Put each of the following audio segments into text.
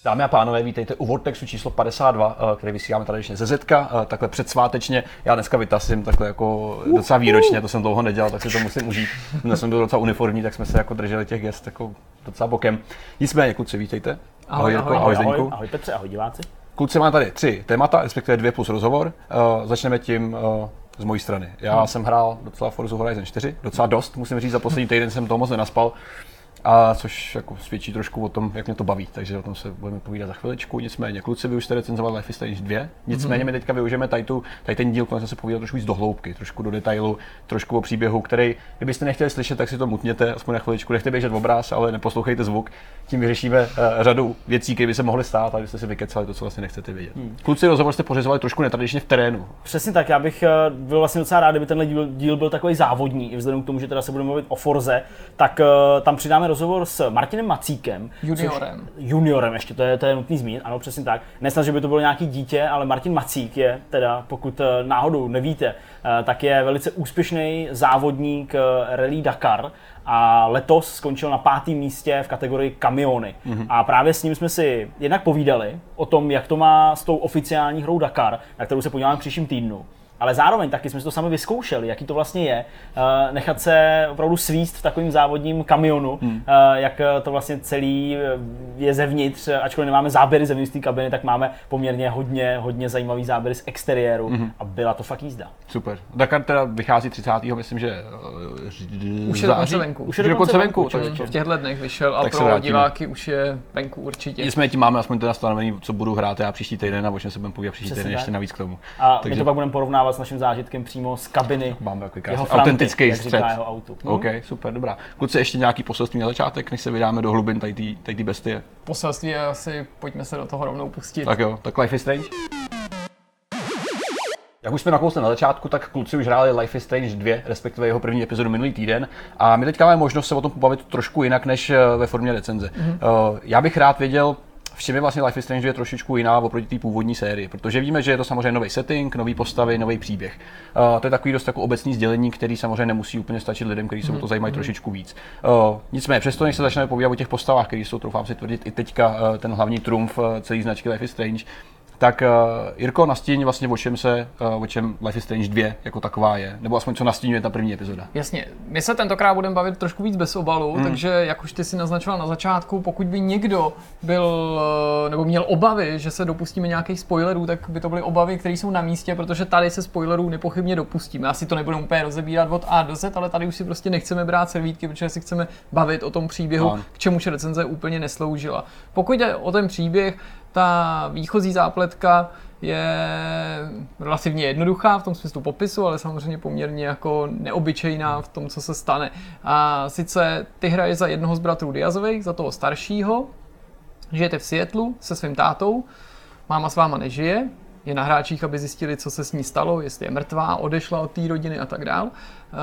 Dámy a pánové, vítejte u Vortexu číslo 52, který vysíláme tradičně ze Zetka, takhle předsvátečně. Já dneska vytasím takhle jako docela výročně, to jsem dlouho nedělal, tak si to musím užít. Dnes jsem byl docela uniformní, tak jsme se jako drželi těch gest jako docela bokem. Nicméně, kluci, vítejte. Ahoj, Jirko, ahoj Zdeňku. Ahoj Petře, ahoj diváci. Kluci, máme tady 3 témata, respektive 2 plus rozhovor. Začneme tím z mojí strany. Já jsem hrál docela Forza Horizon 4, docela dost, musím říct, za poslední týden jsem toho moc nenaspal. A což jako svědčí trošku o tom, jak mě to baví, takže o tom se budeme povídat za chviličku. Nicméně, kluci, vy už jste recenzovali Life is Strange 2, nicméně my teďka využijeme tady ten díl, konec se povídat trošku víc do hloubky, trošku do detailu, trošku o příběhu, který, kdybyste nechtěli slyšet, tak si to mutněte, aspoň na chviličku, nechte běžet obraz, ale neposlouchejte zvuk. Tím vyřešíme řadu věcí, které by se mohly stát, abyste si vykecali to, co vlastně nechcete vědět. Kluci, rozhovor jste pořizovali trošku netradičně v terénu. Přesně tak, já bych byl vlastně docela rád, kdyby tenhle díl byl takový závodní, i vzhledem k tomu, že teda se budeme mluvit o Forze, tak tam přidáme rozhovor s Martinem Macíkem. Juniorem ještě, to je nutný zmínit, ano, přesně tak. Nesnad, že by to bylo nějaký dítě, ale Martin Macík je teda, pokud náhodou nevíte, tak je velice úspěšný závodník Rally Dakar a letos skončil na 5. místě v kategorii kamiony. A právě s ním jsme si jednak povídali o tom, jak to má s tou oficiální hrou Dakar, na kterou se podíváme v příštím týdnu. Ale zároveň taky jsme si to sami vyzkoušeli, jaký to vlastně je, nechat se opravdu svíst v takovém závodním kamionu, jak to vlastně celý je zevnitř, ačkoliv nemáme záběry zevnitř té kabiny, tak máme poměrně hodně zajímavý záběry z exteriéru a byla to fakt jízda. Super. Dakar teda vychází 30. myslím, že už je dokonce venku. Už je dokonce venku. V těchto dnech vyšel a pro diváky už je venku určitě. Nicméně tím máme aspoň teda stanovený, co budu hrát já příští týden a o čem se budeme povídat příští týden ještě navíc k tomu. A takže my to pak budeme porovnávat s naším zážitkem přímo z kabiny. Máme jeho autentický střed. Jeho autu. OK, super, dobrá. Kluci, ještě nějaký poselství na začátek, než se vydáme do hlubin tady té bestie. Poselství je asi, pojďme se do toho rovnou pustit. Tak jo, tak Life is Strange. Jak už jsme nakousli na začátku, tak kluci už hráli Life is Strange 2, respektive jeho první epizodu minulý týden. A my teďka máme možnost se o tom pobavit trošku jinak než ve formě recenze. Já bych rád věděl, v čem je vlastně Life is Strange je trošičku jiná oproti té původní sérii, protože víme, že je to samozřejmě nový setting, nový postavy, nový příběh. To je takový dost jako obecný sdělení, který samozřejmě nemusí úplně stačit lidem, kteří se o to zajímají trošičku víc. Nicméně přesto, než se začneme povídat o těch postavách, které jsou, troufám si tvrdit, i teďka ten hlavní trumf celé značky Life is Strange, tak Jirko, nastíň vlastně o čem Life is Strange 2 jako taková je, nebo aspoň co nastínuje ta první epizoda. Jasně, my se tentokrát budeme bavit trošku víc bez obalu, takže jak už ty si naznačoval na začátku, pokud by někdo byl nebo měl obavy, že se dopustíme nějakých spoilerů, tak by to byly obavy, které jsou na místě, protože tady se spoilerů nepochybně dopustíme. Asi to nebudeme úplně rozebírat od A do Z, ale tady už si prostě nechceme brát servítky, protože si chceme bavit o tom příběhu, k čemuž recenze úplně nesloužila. Pokud jde o ten příběh, ta výchozí zápletka je relativně jednoduchá v tom smyslu popisu, ale samozřejmě poměrně jako neobyčejná v tom, co se stane. A sice ty hraješ za jednoho z bratrů Diazových, za toho staršího, žijete v Seattlu se svým tátou, máma s váma nežije, je na hráčích, aby zjistili, co se s ní stalo, jestli je mrtvá, odešla od té rodiny a tak dál.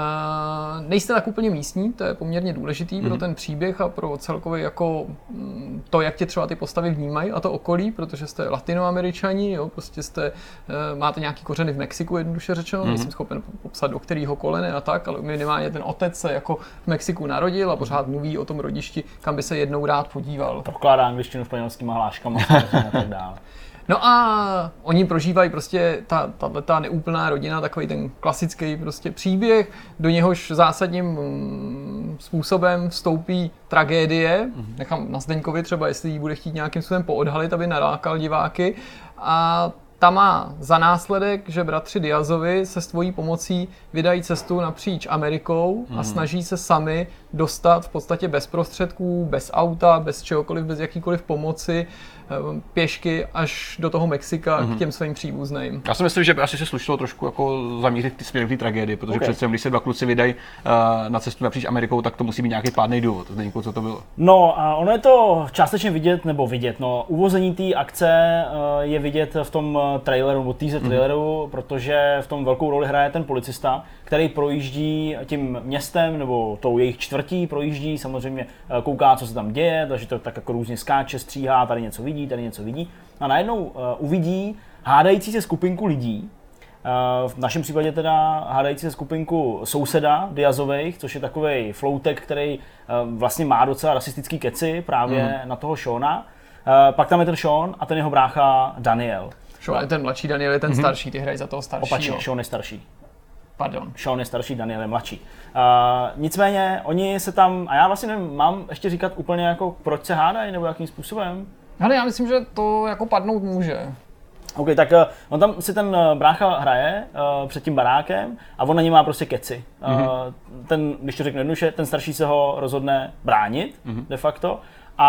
Nejste tak úplně místní, to je poměrně důležitý pro ten příběh a pro celkově jako to, jak tě třeba ty postavy vnímají a to okolí, protože jste Latinoameričani, jo, prostě máte nějaký kořeny v Mexiku, jednoduše řečeno, nejsem schopen popsat do kterého kolene a tak, ale minimálně ten otec se jako v Mexiku narodil a pořád mluví o tom rodišti, kam by se jednou rád podíval. Prokládá angličtinu španělskýma hláškama a tak dále. No a oni prožívají prostě ta neúplná rodina, takový ten klasický prostě příběh, do něhož zásadním způsobem vstoupí tragédie. Nechám na Zdeňkovi třeba, jestli ji bude chtít nějakým způsobem poodhalit, aby nalákal diváky. A ta má za následek, že bratři Diazovi se s tvojí pomocí vydají cestu napříč Amerikou a snaží se sami dostat v podstatě bez prostředků, bez auta, bez čehokoliv, bez jakýkoliv pomoci, pěšky až do toho Mexika k těm svým příbuzným. Já si myslím, že by asi se slušilo trošku jako zamířit ty směry té tragédie, protože přece když se dva kluci vydají na cestu napříč Amerikou, tak to musí být nějaký pádný důvod. Zdeňku, co to bylo? No a ono je to částečně vidět, uvození té akce je vidět v tom traileru, nebo teaser traileru, protože v tom velkou roli hraje ten policista, který projíždí tím městem nebo tou jejich čtvrtí, projíždí, samozřejmě kouká, co se tam děje, takže to tak jako různě skáče, stříhá, tady něco vidí. A najednou uvidí hádající se skupinku lidí, v našem případě teda hádající se skupinku souseda Diazových, což je takovej floutek, který vlastně má docela rasistický keci právě na toho Shona. Pak tam je ten Sean a ten jeho brácha Daniel. Sean je ten mladší, Daniel je ten starší, ty hrají za toho staršího. Opačně, Sean je starší. Pardon. Sean je starší, Daniel je mladší. Nicméně, oni se tam, a já vlastně nevím, mám ještě říkat úplně jako proč se hádají, nebo jakým způsobem? Ale já myslím, že to jako padnout může. OK, tak on tam si ten brácha hraje před tím barákem a on na něj má prostě keci. Ten, když to řeknu jednoduše, ten starší se ho rozhodne bránit de facto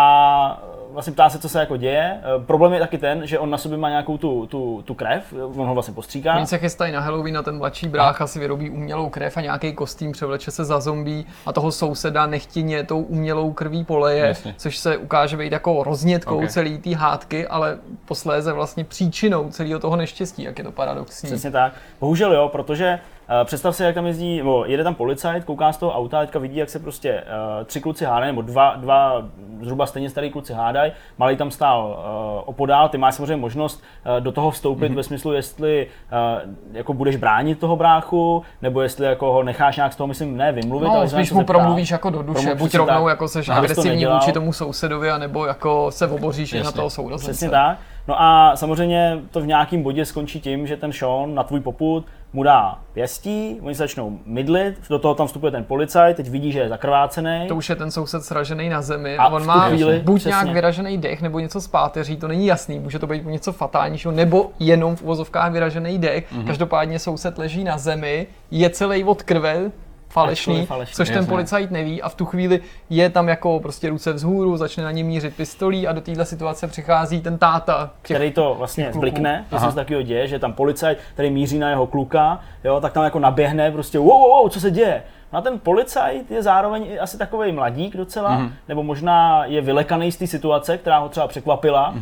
a vlastně ptá se, co se jako děje. Problém je taky ten, že on na sobě má nějakou tu krev, on ho vlastně postříká. Oni se chystají na Halloween a ten mladší brácha si vyrobí umělou krev a nějaký kostým, převleče se za zombie a toho souseda nechtěně tou umělou krví poleje, Jasně. což se ukáže být jako roznětkou celý té hádky, ale posléze vlastně příčinou celého toho neštěstí, jak je to paradoxní. Přesně tak. Bohužel jo, protože představ si, jak tam jezdí, nebo jede tam policajt, kouká z toho auta, teďka vidí, jak se prostě 3 kluci hádají, nebo dva zhruba stejně starý kluci hádají, malý tam stál opodál, ty máš samozřejmě možnost do toho vstoupit ve smyslu, jestli jako budeš bránit toho bráchu, nebo jestli jako ho necháš nějak z toho, myslím, ne vymluvit, no, ale spíš mu promluvíš jako do duše, buď rovnou jako seš agresivní vůči tomu sousedovi, anebo jako se oboříš na toho sourozence. Přesně tak. No a samozřejmě to v nějakém bodě skončí tím, že ten Sean na tvůj popud mu dá pěstí, oni se začnou mydlit, do toho tam vstupuje ten policajt, teď vidí, že je zakrvácený. To už je ten soused sražený na zemi a on má buď přesně nějak vyražený dech, nebo něco z páteří, to není jasný, může to být něco fatálnějšího, nebo jenom v uvozovkách vyražený dech. Každopádně soused leží na zemi, je celý od krve, falešný, což ten policajt neví a v tu chvíli je tam jako prostě ruce vzhůru, začne na ně mířit pistolí a do téhle situace přichází ten táta. Který to vlastně zblikne, to se takového děje, že tam policajt, který míří na jeho kluka, jo, tak tam jako naběhne prostě wow, co se děje? No a ten policajt je zároveň asi takovej mladík docela, nebo možná je vylekaný z té situace, která ho třeba překvapila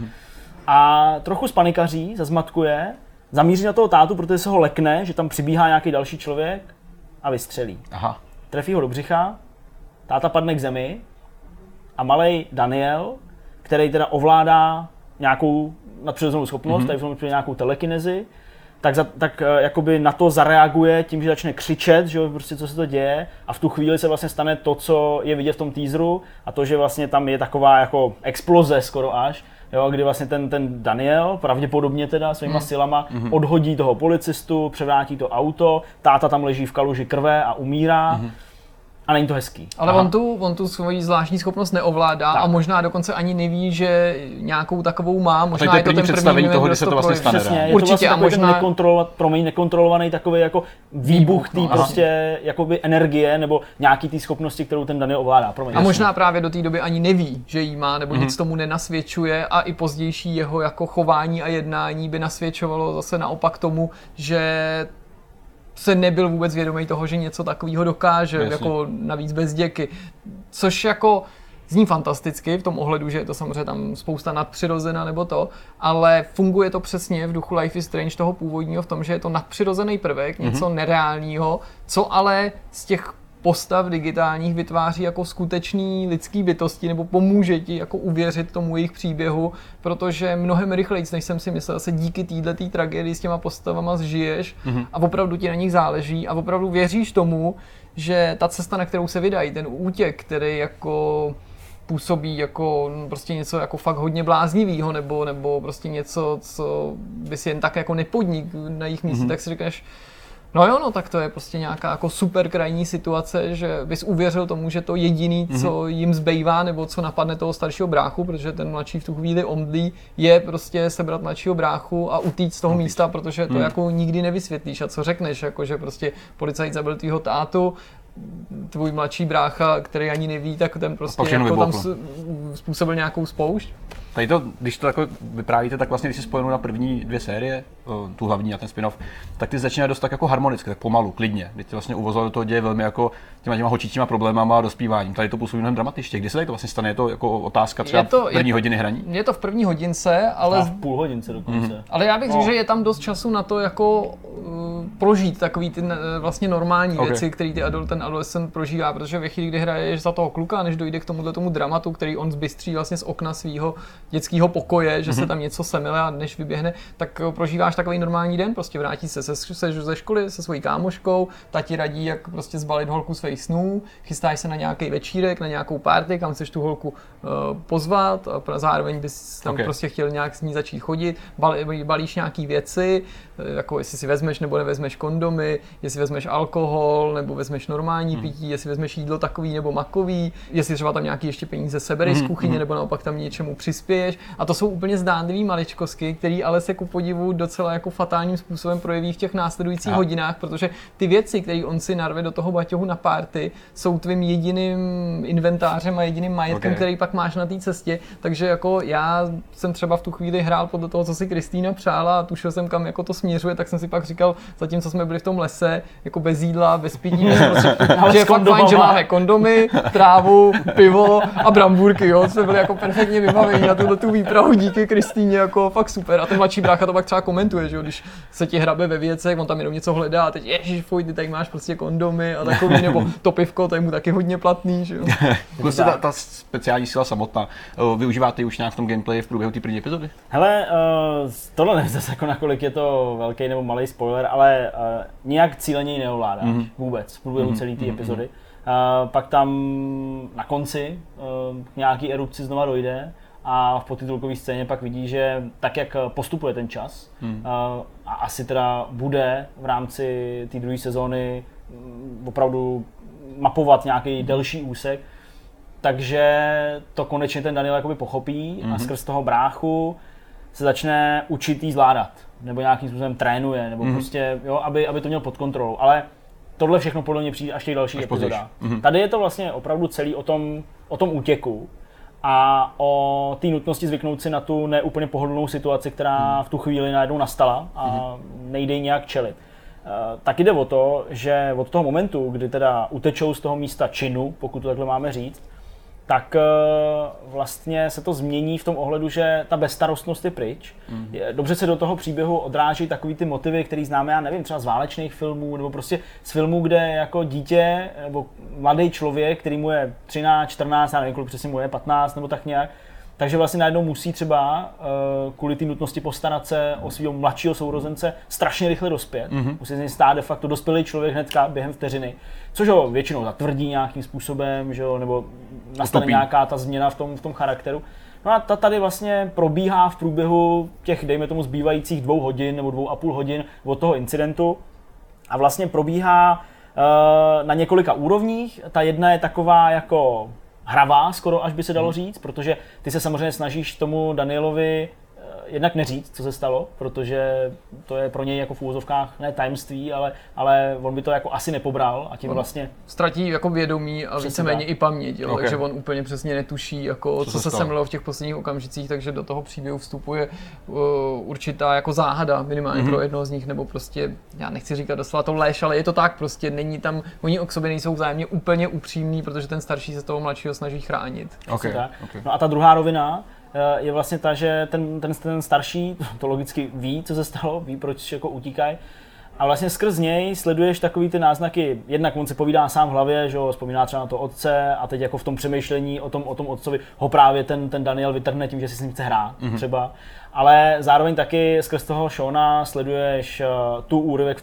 a trochu spanikaří, zazmatkuje, zamíří na toho tátu, protože se ho lekne, že tam přibíhá nějaký další člověk a vystřelí. Aha. Trefí ho do břicha, táta padne k zemi a malej Daniel, který teda ovládá nějakou nadpřirozenou schopnost, tady v nějakou telekinezi, tak jakoby na to zareaguje tím, že začne křičet, že prostě co se to děje a v tu chvíli se vlastně stane to, co je vidět v tom teaseru a to, že vlastně tam je taková jako exploze skoro až, jo, kdy vlastně ten Daniel, pravděpodobně teda svýma silama, odhodí toho policistu, převrátí to auto, táta tam leží v kaluži krve a umírá. A není to hezký. Ale on tu svoji zvláštní schopnost neovládá a možná dokonce ani neví, že nějakou takovou má. Možná je to ten první toho, kdy se to vlastně stane. Přesně, je určitě, to vlastně a možná nekontrolovaný takový jako výbuch té prostě jakoby energie nebo nějaký té schopnosti, kterou ten Daniel ovládá. A možná právě do té doby ani neví, že jí má, nebo nic tomu nenasvědčuje a i pozdější jeho jako chování a jednání by nasvědčovalo zase naopak tomu, že se nebyl vůbec vědomý toho, že něco takového dokáže, jako navíc bez děky. Což jako zní fantasticky v tom ohledu, že je to samozřejmě tam spousta nadpřirozena nebo to, ale funguje to přesně v duchu Life is Strange toho původního v tom, že je to nadpřirozený prvek, něco nereálního, co ale z těch postav digitálních vytváří jako skutečný lidský bytosti nebo pomůže ti jako uvěřit tomu jejich příběhu, protože mnohem rychleji, než jsem si myslel, se díky této tragédii s těma postavama zžiješ a opravdu ti na nich záleží a opravdu věříš tomu, že ta cesta, na kterou se vydají, ten útěk, který jako působí jako prostě něco jako fakt hodně bláznivého nebo prostě něco, co bys jen tak jako nepodnik na jejich místě, tak si řekneš, no jo, no tak to je prostě nějaká jako super krajní situace, že bys uvěřil tomu, že to jediný, co jim zbývá, nebo co napadne toho staršího bráchu, protože ten mladší v tu chvíli omdlí, je prostě sebrat mladšího bráchu a utíct z toho místa, protože to jako nikdy nevysvětlíš. A co řekneš, jako že prostě policajt zabil tvýho tátu, tvůj mladší brácha, který ani neví, tak ten prostě jako tam způsobil nějakou spoušť. Tady to, když to jako vyprávíte, tak vlastně, když si spojenu na první 2 série, tu hlavní a ten spin-off, tak ty začínají dost tak jako harmonicky, tak pomalu, klidně. Kdy ty vlastně uvozovat do toho děje velmi jako těma hočičíma problémama a dospíváním. Tady to působí mnohem dramatičtěji. Kdy se tady to vlastně stane? Je to jako otázka třeba první hodiny hraní? Je to v první hodince, ale v půl hodince dokonce. Ale já bych řekl, že je tam dost času na to jako prožít takový ty vlastně normální věci, které ten adolescent prožívá, protože ve chvíli, kdy hraješ za toho kluka, než dojde k tomu dramatu, který on zbystří vlastně z okna svého dětského pokoje, že se tam něco semele a než vyběhne, tak prožíváš takový normální den, prostě vrátíš se ze školy se svojí kámoškou, ta ti radí, jak prostě zbalit holku svých snů, chystáš se na nějaký večírek, na nějakou party, kam chceš tu holku pozvat a zároveň bys tam prostě chtěl nějak s ní začít chodit, balíš nějaký věci, jako jestli si vezmeš nebo nevezmeš kondomy, jestli vezmeš alkohol nebo vezmeš normální pití, jestli vezmeš jídlo takový nebo makový, jestli třeba tam nějaký ještě peníze sebereš z kuchyně nebo naopak tam něčemu přispěješ. A to jsou úplně zdánlivý maličkostky, které ale se ku podivu docela jako fatálním způsobem projeví v těch následujících hodinách, protože ty věci, které on si narve do toho baťohu na party, jsou tvým jediným inventářem a jediným majetkem, který pak máš na té cestě. Takže jako já jsem třeba v tu chvíli hrál podle toho, co si Kristýna přála a tušil jsem, kam jako to směřuje, tak jsem si pak říkal, zatímco jsme byli v tom lese, jako bez jídla, bez pití, že je fakt fajn, že máme kondomy, trávu, pivo a brambůrky, jo, jsme byli jako perfektně vybavení na tu výpravu díky Kristýně, jako fakt super. A ten mladší brácha to pak třeba komentuje, že jo, když se ti hrabe ve věcech, on tam jenom něco hledá a teď ježiš, fuj, ty tady máš prostě kondomy a takový, nebo to pivko, to je mu taky hodně platný, že jo. Prostě ta speciální síla samotná, využíváte ji už nějak v tom gameplay v průběhu té první epizody? Hele, tohle nevím zase jako nakolik je to velký nebo malý spoiler, ale nějak cíleně neovládáš vůbec v průběhu celé té epizody. Pak tam na konci k nějaký erupci znova dojde a v podtitulkové scéně pak vidí, že tak, jak postupuje ten čas a asi teda bude v rámci té druhé sezóny opravdu mapovat nějaký delší úsek, takže to konečně ten Daniel jakoby pochopí a skrz toho bráchu se začne učit jí zvládat, nebo nějakým způsobem trénuje, nebo prostě, jo, aby to měl pod kontrolou. Ale tohle všechno podle mě přijde až těch dalších epizodách. Tady je to vlastně opravdu celý o tom útěku a o té nutnosti zvyknout si na tu neúplně pohodlnou situaci, která v tu chvíli najednou nastala a nejde jí nějak čelit. Tak jde o to, že od toho momentu, kdy teda utečou z toho místa činu, pokud to takhle máme říct, tak vlastně se to změní v tom ohledu, že ta bezstarostnost je pryč. Dobře se do toho příběhu odráží takový ty motivy, který známe, já nevím, třeba z válečných filmů, nebo prostě z filmů, kde jako dítě nebo mladý člověk, který mu je 13, 14, já nevím, kolik přesně mu je, 15 nebo tak nějak, takže vlastně najednou musí třeba kvůli té nutnosti postarat se o svého mladšího sourozence strašně rychle dospět. Musí z něj stát de facto dospělý člověk hnedka během vteřiny, což ho většinou zatvrdí nějakým způsobem, že jo, nebo nastane nějaká ta změna v tom charakteru. No a ta tady vlastně probíhá v průběhu těch, dejme tomu, zbývajících 2 hodin nebo 2,5 hodin od toho incidentu a vlastně probíhá na několika úrovních. Ta jedna je taková jako hravá, skoro až by se dalo říct, protože ty se samozřejmě snažíš tomu Danielovi jednak neříct, co se stalo, protože to je pro něj jako v úvozovkách ne tajemství, ale on by to jako asi nepobral a tím vlastně ztratí jako vědomí a víceméně i paměť, jo, takže on úplně přesně netuší, jako, co se semlelo v těch posledních okamžicích, takže do toho příběhu vstupuje určitá jako záhada, minimálně pro jednoho z nich, nebo prostě, já nechci říkat doslova to lež, ale je to tak, prostě není tam, oni k sobě nejsou vzájemně úplně upřímní, protože ten starší se toho mladšího snaží chránit. Okay. No a ta druhá rovina je vlastně ta, že ten starší to logicky ví, co se stalo, ví, proč jako utíkají. A vlastně skrz něj sleduješ takový ty náznaky, jednak on se povídá sám v hlavě, že jo, vzpomíná třeba na to otce a teď jako v tom přemýšlení o tom otcovi ho právě ten Daniel vytrhne tím, že si s ním chce hrát třeba. Ale zároveň taky skrz toho Shona sleduješ tu úryvek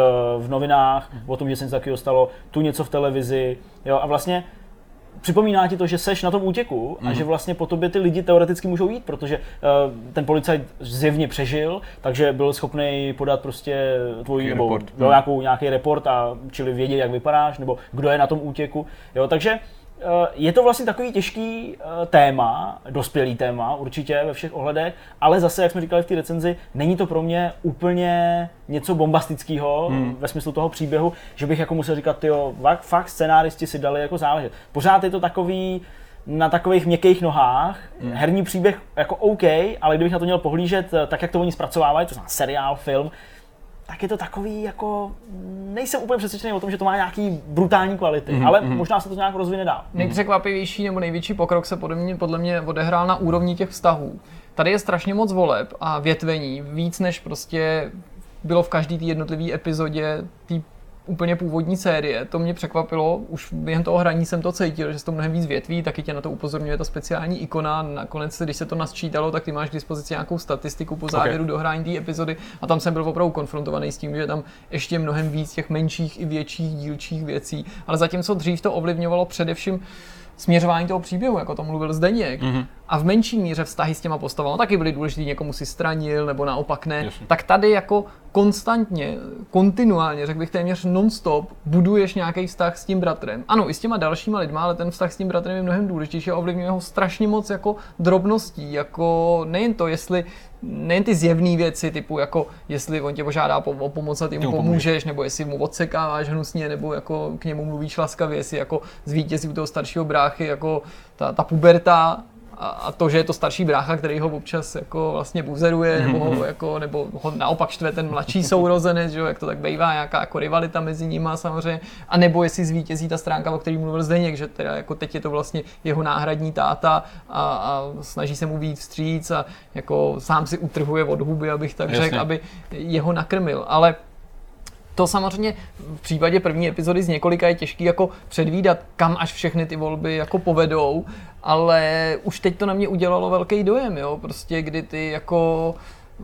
v novinách o tom, že se něco takového stalo, tu něco v televizi, jo, a vlastně připomíná ti to, že seš na tom útěku a že vlastně po tobě ty lidi teoreticky můžou jít, protože ten policajt zjevně přežil, takže byl schopný podat prostě tvůj nebo nějaký report a čili vědět, jak vypadáš nebo kdo je na tom útěku. Jo, takže je to vlastně takový těžký téma, dospělý téma určitě ve všech ohledech, ale zase, jak jsme říkali v té recenzi, není to pro mě úplně něco bombastického ve smyslu toho příběhu, že bych jako musel říkat, tyjo, fakt scenáristi si dali jako záležet. Pořád je to takový na takových měkkých nohách, herní příběh jako OK, ale kdybych na to měl pohlížet tak, jak to oni zpracovávají, to znamená seriál, film, tak je to takový jako, nejsem úplně přesvědčený o tom, že to má nějaký brutální kvality, ale možná se to nějak rozvine dál. Nejpřekvapivější nebo největší pokrok se podle mě odehrál na úrovni těch vztahů. Tady je strašně moc voleb a větvení, víc než prostě bylo v každé té jednotlivé epizodě té úplně původní série. To mě překvapilo, už během toho hraní jsem to cítil, že se to mnohem víc větví, taky tě na to upozorňuje ta speciální ikona. Nakonec, když se to nasčítalo, tak ty máš k dispozici nějakou statistiku po závěru dohrání té epizody a tam jsem byl opravdu konfrontovaný s tím, že je tam ještě mnohem víc těch menších i větších dílčích věcí. Ale zatímco dřív to ovlivňovalo především směřování toho příběhu, jako to mluvil Zdeněk, a v menší míře vztahy s těma postavami taky byly důležitý, někomu si stranil, nebo naopak ne, tak tady jako konstantně, kontinuálně, řekl bych téměř non-stop, buduješ nějaký vztah s tím bratrem. Ano, i s těma dalšíma lidma, ale ten vztah s tím bratrem je mnohem důležitější a ovlivňuje ho strašně moc jako drobností, jako nejen to, nejen ty zjevné věci, typu jako jestli on tě požádá o pomoc a ty mu pomůžeš, nebo jestli mu odsekáváš hnusně, nebo jako k němu mluvíš laskavě, jestli jako zvítězí u toho staršího bráchy, jako ta puberta, a to, že je to starší brácha, který ho občas jako vlastně buzeruje, nebo ho naopak štve ten mladší sourozenec, že jo, jak to tak bývá, nějaká jako rivalita mezi nima samozřejmě, a nebo jestli zvítězí ta stránka, o který mluvil Zdeněk, že teda jako teď je to vlastně jeho náhradní táta a snaží se mu vyjít vstříc a jako sám si utrhuje od huby, abych tak řekl, aby jeho nakrmil, ale to samozřejmě v případě první epizody z několika je těžký jako předvídat, kam až všechny ty volby jako povedou, ale už teď to na mě udělalo velký dojem, jo, prostě kdy ty jako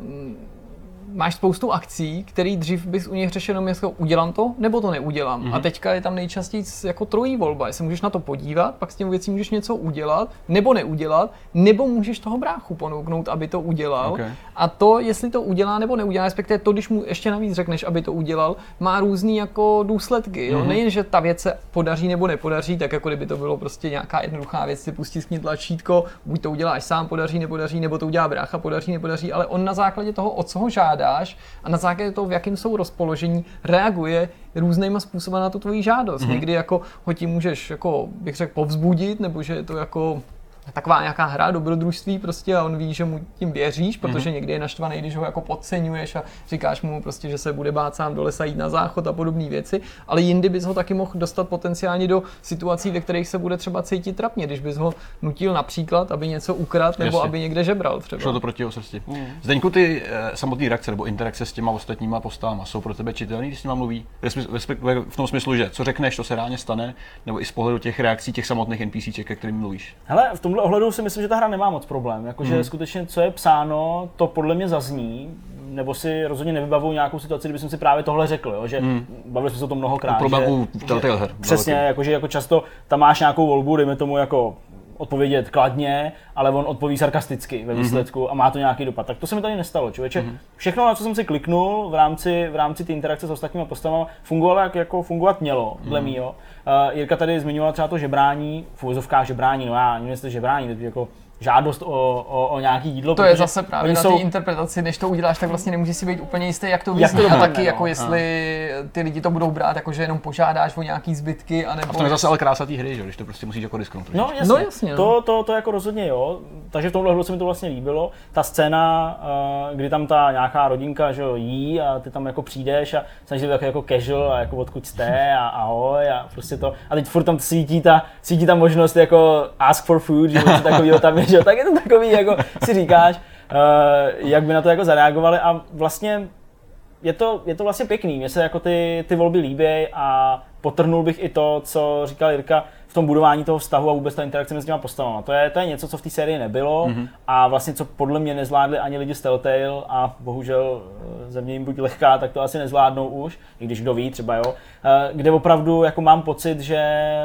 máš spoustu akcí, který dřív bys u nich řešil jenom jako udělám to, nebo to neudělám. A teďka je tam nejčastěji jako trojí volba, jestli můžeš na to podívat, pak s tím věcí můžeš něco udělat, nebo neudělat, nebo můžeš toho bráchu ponouknout, aby to udělal. A to, jestli to udělá nebo neudělá, respektive to, když mu ještě navíc řekneš, aby to udělal, má různý jako důsledky. Jo? Nejen, že ta věc se podaří nebo nepodaří, tak jako kdyby to bylo prostě nějaká jednoduchá věc, si pustit s ní tlačítko, buď to uděláš sám, podaří, nepodaří, nebo to udělá brácha, podaří, nepodaří, ale on na základě toho, o co ho žádáš, a na základě toho, v jakém jsou rozpoložení, reaguje různýma způsoby na tu tvoji žádost. Někdy jako ho tím můžeš, jako bych řekl, povzbudit, nebo že je to jako taková nějaká hra, dobrodružství prostě a on ví, že mu tím věříš, protože někdy je naštvaný, když ho jako podceňuješ a říkáš mu prostě, že se bude bát sám do lesa jít na záchod a podobné věci, ale jindy bys ho taky mohl dostat potenciálně do situací, ve kterých se bude třeba cítit trapně, když bys ho nutil například, aby něco ukradl nebo aby někde žebral třeba. Šlo to proti jeho srsti. Zdeňku, ty samotné reakce nebo interakce s těma ostatníma postavama jsou pro tebe čitelný, když s nima mluví? V tom smyslu, že co řekneš, to se reálně stane, nebo i z pohledu těch reakcí těch samotných NPCček, ke kterým mluvíš? Hele, v tomhle ohledu si myslím, že ta hra nemá moc problém. Jakože skutečně, co je psáno, to podle mě zazní, nebo si rozhodně nevybavuju nějakou situaci, kdyby jsem si právě tohle řekl, jo? Že bavili jsme se o tom mnohokrát. Problém u Telltale her. Přesně, jakože jako často tam máš nějakou volbu, dejme tomu jako odpovědět kladně, ale on odpoví sarkasticky ve výsledku a má to nějaký dopad. Tak to se mi tady nestalo, člověče. Všechno, na co jsem si kliknul v rámci té interakce s ostatními postavami, fungovalo jako fungovat mělo, dle mýho. Jirka tady zmiňovala třeba to žebrání, v uvozovkách žebrání, no já nevím, jestli žebrání, jako žádost o nějaký jídlo. To je zase právě na té interpretaci, než to uděláš, tak vlastně nemůžeš si být úplně jistý, jak to vyzní. A taky jako jestli ty lidi to budou brát, jako že jenom požádáš o nějaký zbytky, anebo... A to je zase ale krása té hry, že? Když to prostě musíš jako risknout. No jasně. To jako rozhodně jo. Takže v tomhle hru se mi to vlastně líbilo. Ta scéna, kdy tam ta nějaká rodinka, že jo, jí a ty tam jako přijdeš a snažíš se jako casual a jako odkud jste a ahoj a prostě to. A teď furt tam svítí ta možnost jako ask for food, že něco takového tam je, že? Tak je to takový, jako si říkáš, jak by na to jako zareagovali a vlastně je to vlastně pěkný, mně se jako ty volby líbí a podtrhnul bych i to, co říkal Jirka v tom budování toho vztahu a vůbec ta interakce mezi těma postavama. To je něco, co v té sérii nebylo a vlastně co podle mě nezvládli ani lidi z Telltale a bohužel země jim buď lehká, tak to asi nezvládnou už, i když kdo ví třeba, jo, kde opravdu jako mám pocit, že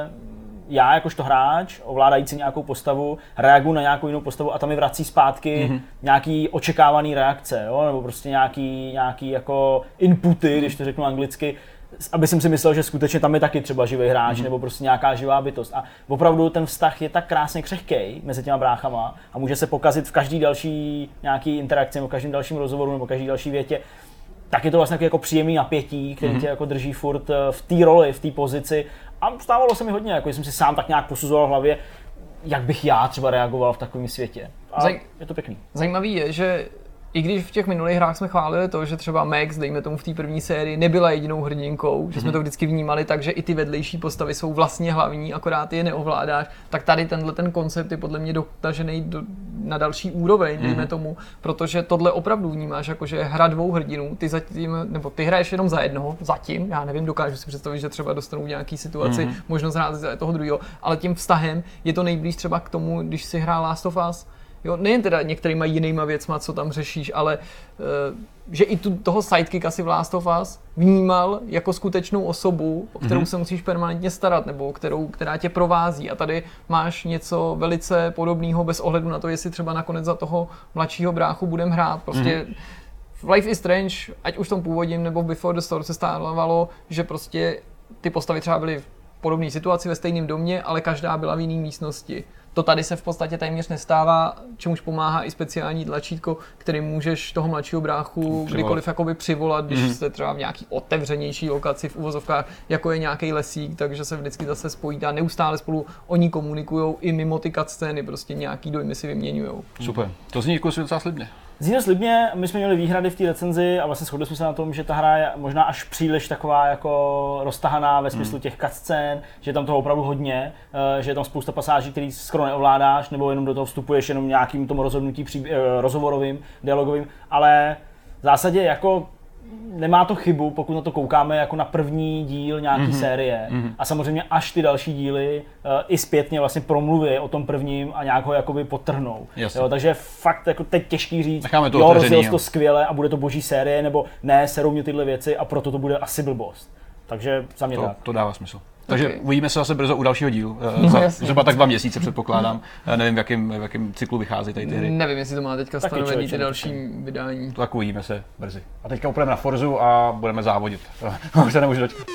já jakožto hráč, ovládající nějakou postavu, reaguju na nějakou jinou postavu a tam mi vrací zpátky nějaký očekávaný reakce, jo? Nebo prostě nějaký jako inputy, když to řeknu anglicky, aby jsem si myslel, že skutečně tam je taky třeba živý hráč nebo prostě nějaká živá bytost. A opravdu ten vztah je tak krásně křehkej mezi těma bráchama a může se pokazit v každý další nějaký interakci nebo v každém dalším rozhovoru nebo každý další větě. Tak je to vlastně jako příjemný napětí, který tě jako drží furt v té roli, v té pozici. A stávalo se mi hodně, jako jsem si sám tak nějak posuzoval v hlavě, jak bych já třeba reagoval v takovém světě. A je to pěkný. Zajímavý je, že i když v těch minulých hrách jsme chválili to, že třeba Max, dejme tomu v té první sérii, nebyla jedinou hrdinkou, že jsme to vždycky vnímali tak, že i ty vedlejší postavy jsou vlastně hlavní, akorát je neovládáš, tak tady ten koncept je podle mě dotažený na další úroveň, dejme tomu, protože tohle opravdu vnímáš jako, že hra dvou hrdinů, ty hraješ jenom za jednoho, zatím, já nevím, dokážu si představit, že třeba dostanou v nějaký situaci možnost hrát za toho druhého, ale tím vztahem je to nejblíž třeba k tomu, když si hrál Last of Us. Jo, nejen teda některýma jinýma věcma, co tam řešíš, ale že i toho sidekicka si v Last of Us vnímal jako skutečnou osobu, o kterou se musíš permanentně starat, nebo která tě provází. A tady máš něco velice podobného bez ohledu na to, jestli třeba nakonec za toho mladšího bráchu budem hrát. Prostě v Life is Strange, ať už v tom původním nebo v Before the Storm se stávalo, že prostě ty postavy třeba byly v podobné situaci ve stejném domě, ale každá byla v jiné místnosti. To tady se v podstatě téměř nestává, čemuž pomáhá i speciální tlačítko, kterým můžeš toho mladšího bráchu kdykoliv jakoby přivolat, když jste třeba v nějaký otevřenější lokaci v uvozovkách, jako je nějaký lesík, takže se vždycky zase spojíte a neustále spolu oni komunikujou i mimo ty cutscény, prostě nějaký dojmy si vyměňujou. Super, to zní jako docela slibně. Zní to slibně, my jsme měli výhrady v té recenzi a vlastně shodli jsme se na tom, že ta hra je možná až příliš taková jako roztahaná ve smyslu těch cutscén, že je tam toho opravdu hodně, že je tam spousta pasáží, který skoro neovládáš, nebo jenom do toho vstupuješ jenom nějakým tomu rozhodnutí rozhovorovým, dialogovým, ale v zásadě jako nemá to chybu, pokud na to koukáme jako na první díl nějaký série. A samozřejmě až ty další díly i zpětně vlastně promluví o tom prvním a nějak ho jakoby podtrhnou. Jo, takže fakt jako teď těžký říct, jo, rozjel to skvěle a bude to boží série, nebo ne, serou mě tyhle věci a proto to bude asi blbost. Takže za mě tak. To dává smysl. Takže uvidíme se zase brzo u dalšího dílu. Zhruba tak 2 měsíce předpokládám. Nevím, v jakém cyklu vychází tady ty hry. Nevím, jestli to má teďka stanovený ty další vydání. Tak uvidíme se brzy. A teďka upůjdeme na Forzu a budeme závodit. Už se nemůžu dočkat.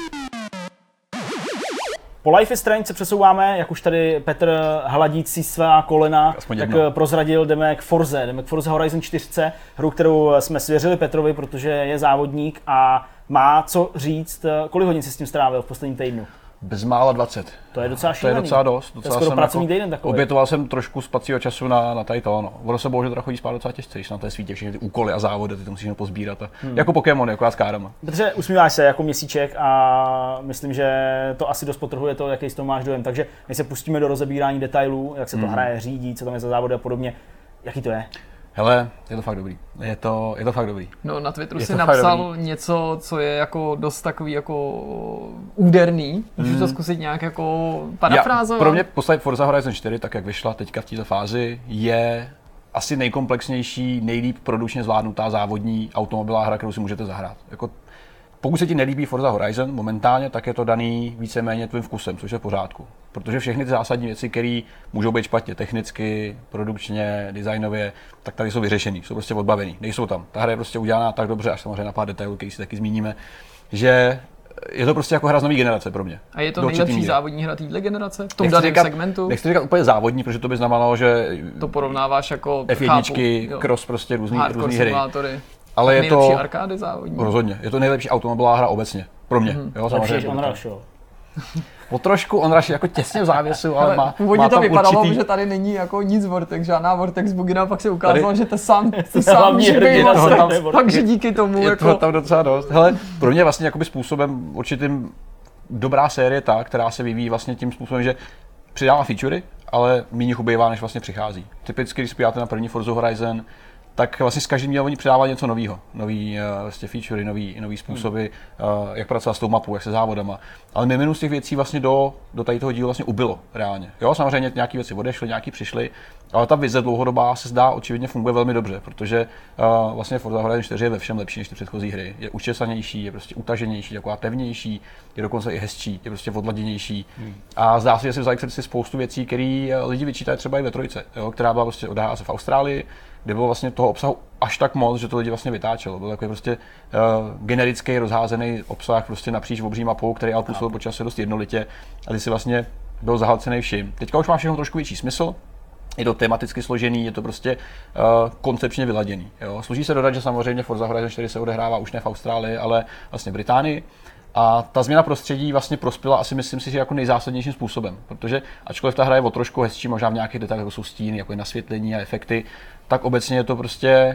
Po Life is Strange se přesouváme, jak už tady Petr hladící svá kolena, tak prozradil, jdeme k Forze Horizon 4, hru, kterou jsme svěřili Petrovi, protože je závodník a má co říct. Kolik hodin si s tím strávil v posledním týdnu? Bezmála 20. To je docela šílený. To je docela dost. To je skoro pracovní týden takový. Obětoval jsem trošku spacího času na tady to, no. Ono se bohužel chodí spát docela těžce, když na té svítě všechny ty úkoly a závody, ty to musíš pozbírat. Jako Pokémon, jako s kárama. Protože usmíváš se jako měsíček a myslím, že to asi dost potrhuje to, jaký z toho máš dojem. Takže my se pustíme do rozebírání detailů, jak se to hraje, řídí, co tam je za závody a podobně. Jaký to je? Hele, je to fakt dobrý. Je to fakt dobrý. No, na Twitteru si napsal něco, co je jako dost takový jako úderný. Můžeš to zkusit nějak jako parafrázovat? Pro mě postavit Forza Horizon 4, tak jak vyšla teďka v této fázi, je asi nejkomplexnější, nejlíp produkčně zvládnutá závodní automobilová hra, kterou si můžete zahrát. Jako, pokud se ti nelíbí Forza Horizon momentálně, tak je to daný víceméně tvým vkusem, což je v pořádku. Protože všechny ty zásadní věci, které můžou být špatně technicky, produkčně, designově, tak tady jsou vyřešený, jsou prostě odbavený, nejsou tam. Ta hra je prostě udělaná tak dobře, až samozřejmě na pár detailů, který si taky zmíníme, že je to prostě jako hra z nový generace pro mě. A je to nejlepší závodní hra téhle generace v tom daném segmentu? Nechci říkat úplně závodní, protože to by znamenalo, že to porovnáváš jako F1, cross, prostě různý hry. Simulátory. Ale je nejlepší to arkády závodní. Rozhodně, je to nejlepší automobilová hra obecně pro mě. Jo, lepší Onrush, jo. Po trošku Onrush jako těsně v závěsu, ale má původně to vypadalo, určitý... že tady není jako nic Vortex, žádná Vortex bugina, pak se ukázalo, tady... že ty sám živý takže díky tomu je toho tam docela dost. Hele, pro mě vlastně jakoby způsobem určitým dobrá série ta, která se vyvíjí vlastně tím způsobem, že přidává featurey, ale méně jich ubývá, než vlastně přichází. Typicky, když spíjáte na první Forza Horizon, tak vlastně s každým dílem oni přidávají něco nového. Nový vlastně featurey, nový způsoby, jak pracovat s tou mapou, jak se závodama. Ale minimum z těch věcí vlastně do tady toho dílu vlastně ubylo reálně. Jo, samozřejmě nějaké věci odešly, nějaké přišly, ale ta vize dlouhodobá se zdá očividně funguje velmi dobře, protože vlastně Forza Horizon 4 je ve všem lepší než ty předchozí hry. Je učesanější, je prostě utaženější, taková pevnější, je dokonce i hezčí, je prostě odladěnější. A zdá se, že si vzali si spoustu věcí, které lidi vyčítají třeba i ve trojce, jo, která byla prostě odehrává se v Austrálii, kde bylo vlastně toho obsahu až tak moc, že to lidi vlastně vytáčelo. Byl takový prostě generický, rozházený obsah prostě napříč obří mapou, který ale působil po čase dost jednolitě a ty si vlastně byl zahlcený vším. Teďka už má všechno trošku větší smysl. Je to tematicky složený, je to prostě koncepčně vyladěný. Jo. Služí se dodat, že samozřejmě Forza Horizon 4 se odehrává už ne v Austrálii, ale vlastně v Británii. A ta změna prostředí vlastně prospěla asi myslím si, že jako nejzásadnějším způsobem, protože ačkoliv ta hra je o trošku hezčí, možná v nějakých detailech, jako jsou stíny, jako je nasvětlení a efekty, tak obecně je to prostě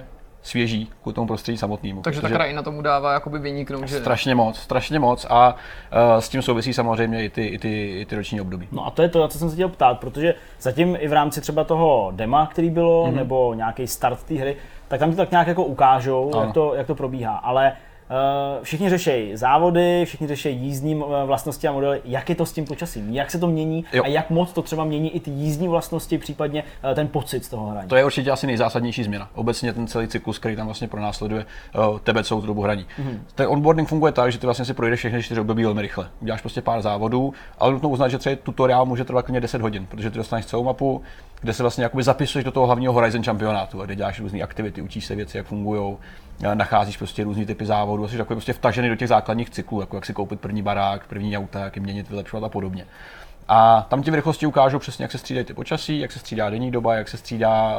svěží k tomu prostředí samotnému. Takže ta krajina tomu dává jakoby vyniknout, že... Strašně moc a s tím souvisí samozřejmě i ty roční období. No a to je to, na co jsem se chtěl ptát, protože zatím i v rámci třeba toho dema, který bylo, nebo nějaký start té hry, tak tam to tak nějak jako ukážou, jak to probíhá, ale všichni řeší závody, všichni řeší jízdní vlastnosti a modely, jak je to s tím počasím, jak se to mění a jak moc to třeba mění i ty jízdní vlastnosti, případně ten pocit z toho hraní. To je určitě asi nejzásadnější změna. Obecně ten celý cyklus, který tam vlastně pronásleduje tebe celou tu dobu hraní. Ten onboarding funguje tak, že ty vlastně si projdeš všechny 4 období velmi rychle. Uděláš prostě pár závodů, ale nutno uznat, že třeba tutoriál může trvat klidně 10 hodin, protože ty dostaneš celou mapu, kde se vlastně jakoby zapisuješ do toho hlavního Horizon šampionátu, kde děláš různé aktivity, učíš se věci, jak fungují, nacházíš prostě různý typy závodů, jsi takový prostě vtažený do těch základních cyklů, jako jak si koupit první barák, první auta, jak je měnit, vylepšovat a podobně. A tam ti v rychlosti ukážou přesně, jak se střídají ty počasí, jak se střídá denní doba, jak se střídá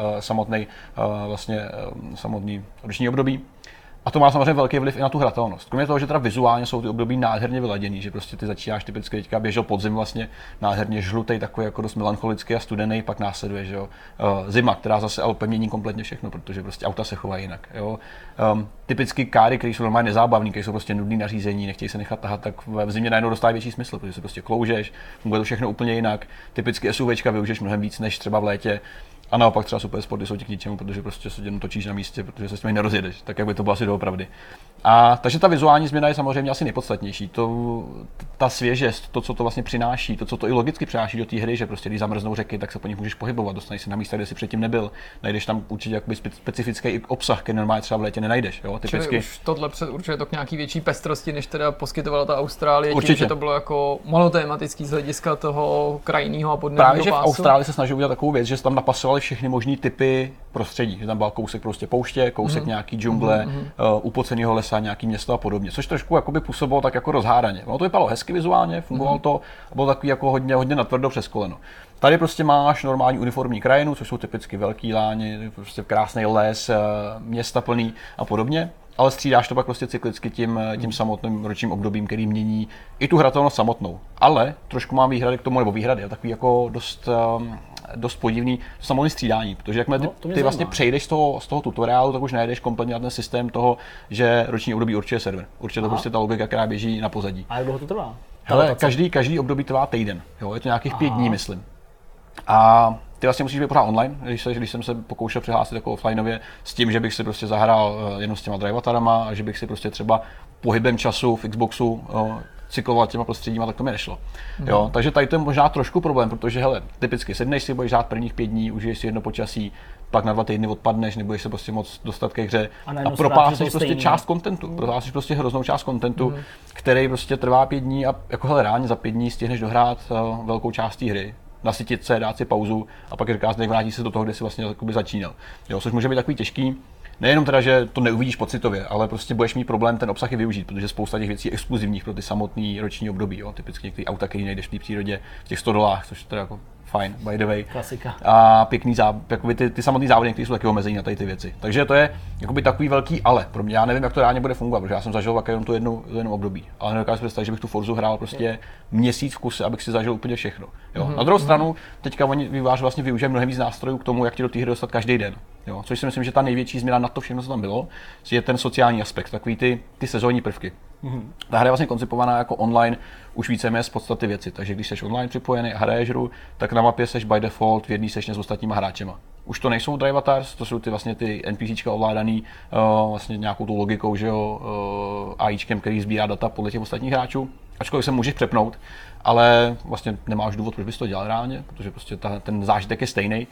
samotný roční období. A to má samozřejmě velký vliv i na tu hratelnost. Kromě toho, že teda vizuálně jsou ty období nádherně vyladěný, že prostě ty začínáš typicky teďka běžel podzim vlastně nádherně žlutý, takový jako dost melancholický a studený, pak následuje, že jo, zima, která zase ale mění kompletně všechno, protože prostě auta se chovají jinak, jo. Typicky káry, které jsou normálně nezábavné, které jsou prostě nudný na řízení, nechtějí se nechat tahat, tak v zimě najednou dostávají větší smysl, protože se prostě kloužeš, funguje to všechno úplně jinak. Typicky SUVčka využiješ mnohem víc než třeba v létě. A naopak třeba super sporty jsou ti k ničemu, protože prostě se jenom točíš na místě, protože se s nimi nerozjedeš, tak jak by to bylo asi doopravdy. A takže ta vizuální změna je samozřejmě asi nejpodstatnější. Ta svěžest, to, co to vlastně přináší, to, co to i logicky přináší do té hry, že prostě když zamrznou řeky, tak se po nich můžeš pohybovat, dostaneš se na místa, kde jsi předtím nebyl. Najdeš tam určitě jakoby specifický obsah, který normálně třeba v létě nenajdeš. Jo? Typicky. Čili už tohle předurčuje to k nějaký větší pestrosti, než teda poskytovala ta Austrálie, tím, že to bylo jako monotématický z hlediska toho krajinného a podnebného Právě, že pásu. v Austrálii se snaží udělat takovou věc, že tam napasovali všechny možný typy prostředí, že tam byl kousek prostě pouště, kousek nějaký džungle, upoceného lesa, nějaký město a podobně, což trošku jakoby působilo tak jako rozhádaně. Ono to vypadalo hezky vizuálně, fungovalo to a bylo takový jako hodně natvrdo přes koleno. Tady prostě máš normální uniformní krajinu, což jsou typicky velký lány, prostě krásný les, města plný a podobně. Ale střídáš to pak prostě cyklicky tím samotným ročním obdobím, který mění i tu hratelnost samotnou. Ale trošku mám výhrady k tomu, nebo výhrady, takový jako dost podivný samotné střídání, protože jakmile ty vlastně přejdeš z toho tutoriálu, tak už najdeš kompletně na ten systém toho, že roční období určuje server. Určitě to prostě ta logika, která běží na pozadí. A jak dlouho to trvá? Hele, každý období trvá týden, jo, je to nějakých 5 dní, myslím. A ty vlastně musíš být pořád online, když jsem se pokoušel přihlásit jako offlineově s tím, že bych si prostě zahrál jenom s těma drivatarama a že bych si prostě třeba pohybem času v Xboxu cykloval těma prostředíma, tak to mi nešlo. Jo, takže tady to je možná trošku problém, protože hele, typicky sedneš si, budeš hrát prvních 5 dní, užiješ si jedno počasí, pak na 2 týdny odpadneš, nebudeš se prostě moc dostat ke hře a propásíš prostě část kontentu, propásíš prostě hroznou část kontentu, který prostě trvá 5 dní a jako hele, reálně za 5 dní stihneš dohrát velkou část té hry. Nasytit se, dát si pauzu a pak říkáš, vrátí se do toho, kde jsi vlastně začínal. Jo, což může být takový těžký. Nejenom teda, že to neuvidíš pocitově, ale prostě budeš mít problém ten obsah i využít, protože spousta těch věcí je exkluzivních pro ty samotné roční období. Jo. Typicky některé auta, které najdeš v té přírodě v těch $100, což je teda jako fajn, by the way. Klasika. A pěkný ty samotné závody, které jsou taky omezení na tady ty věci. Takže to je jakoby takový velký ale. Pro mě já nevím, jak to reálně bude fungovat, protože já jsem zažil jenom tu jednu období. Ale nedokážu si představit, že bych tu Forzu hrál prostě měsíc v kuse, abych si zažil úplně všechno. Jo. Na druhou stranu, teďka oni vývojáři vlastně využijí mnohem víc nástrojů k tomu, jak ti do té hry dostat každý den. Jo. Což si myslím, že ta největší změna na to všechno, co tam bylo, je ten sociální aspekt, takový ty sezónní prvky. Ta hra je vlastně koncipovaná jako online už víceméně z podstaty věci, takže když jsi online připojený a hraješ hru, tak na mapě seš by default v jedné sešně s ostatníma hráčema. Už to nejsou drivatars, to jsou ty NPCčka ovládaný vlastně nějakou tou logikou, že jo, AIčkem, který sbírá data podle těch ostatních hráčů. Ačkoliv se můžeš přepnout, ale vlastně nemáš důvod, proč bys to dělal reálně, protože prostě ten zážitek je stejný.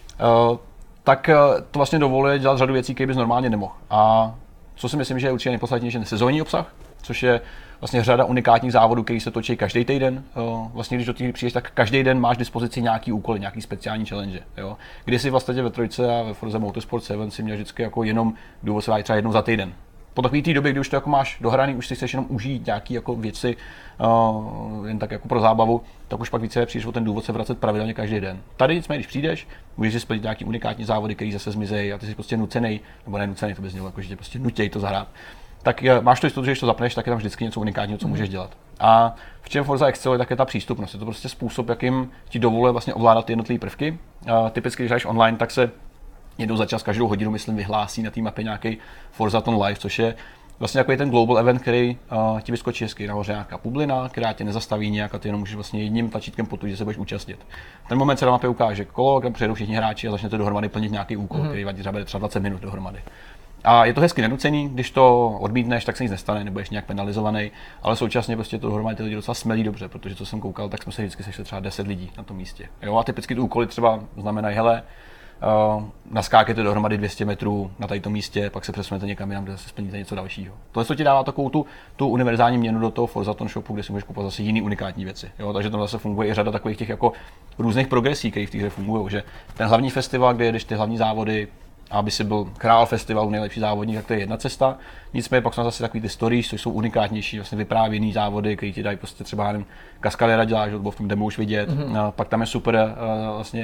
Tak to vlastně dovoluje dělat řadu věcí, které bys normálně nemohl. A co si myslím, že je určitě nejpodstatnější, je sezónní obsah, což je vlastně řada unikátních závodů, který se točí každý týden. Vlastně když do té hry přijdeš, tak každý den máš k dispozici nějaký úkoly, nějaký speciální challenge. Jo. Kdysi vlastně ve Trojce a ve Forza Motorsport 7 si měl vždycky jako jenom důvod se třeba jednou za týden. Po takové té době, kdy už to jako máš dohraný, už si chceš jenom užít nějaké jako věci, jen tak jako pro zábavu, tak už pak více přijdeš o ten důvod se vracet pravidelně každý den. Tady nicméně, když přijdeš, můžeš si splnit nějaký unikátní závody, který zase zmizejí a ty jsi prostě nucený, nebo ne nucený, to by znělo jako, že tě prostě nutěj to zahrát. Tak máš to jistotu, že když to zapneš, tak je tam vždycky něco unikátního, co můžeš dělat. A v čem Forza exceluje, tak je ta přístupnost. Je to prostě způsob, jakým ti dovoluje vlastně ovládat ty jednotlivé prvky. Typicky, když hraješ online, tak se jednou za čas, každou hodinu, myslím, vyhlásí na té mapě nějaký Forzathon Live, což je vlastně takový ten global event, který ti vyskočí hezky nahoře nějaká bublina, která tě nezastaví nějak a ty jenom můžeš vlastně jedním tlačítkem potvrdit, že se budeš účastnit. V ten moment se na mapě ukáže kolo, kde přijedou všichni hráči a začnete dohromady plnit nějaký úkol, který vadí třeba 20 minut dohromady. A je to hezky nenucený, když to odmítneš, tak se nic nestane, nebudeš nějak penalizovaný, ale současně prostě to dohromady ty lidi docela smelí dobře, protože co jsem koukal, tak jsme se vždycky sešli třeba 10 lidí na tom místě. Jo, a typicky ty úkoly třeba znamenají, hele, naskákejte dohromady 200 metrů na tady tom místě, pak se přesunete někam jinam, kde se splníte něco dalšího. Tohle ti dává takovou tu univerzální měnu do toho Forzathon shopu, kde si můžeš kupovat zase jiný unikátní věci. Jo? Takže tam zase funguje i řada takových těch jako různých progresí, které v té hře fungují. Že ten hlavní festival, kde jedeš ty hlavní závody, aby si byl král festivalu, nejlepší závodník, tak to je jedna cesta. Nicméně pak jsou zase takový ty stories, což jsou unikátnější, vlastně vyprávěný závody, které ti dají prostě třeba kaskadéra děláš, nebo v tom demo už vidět. Pak tam je super vlastně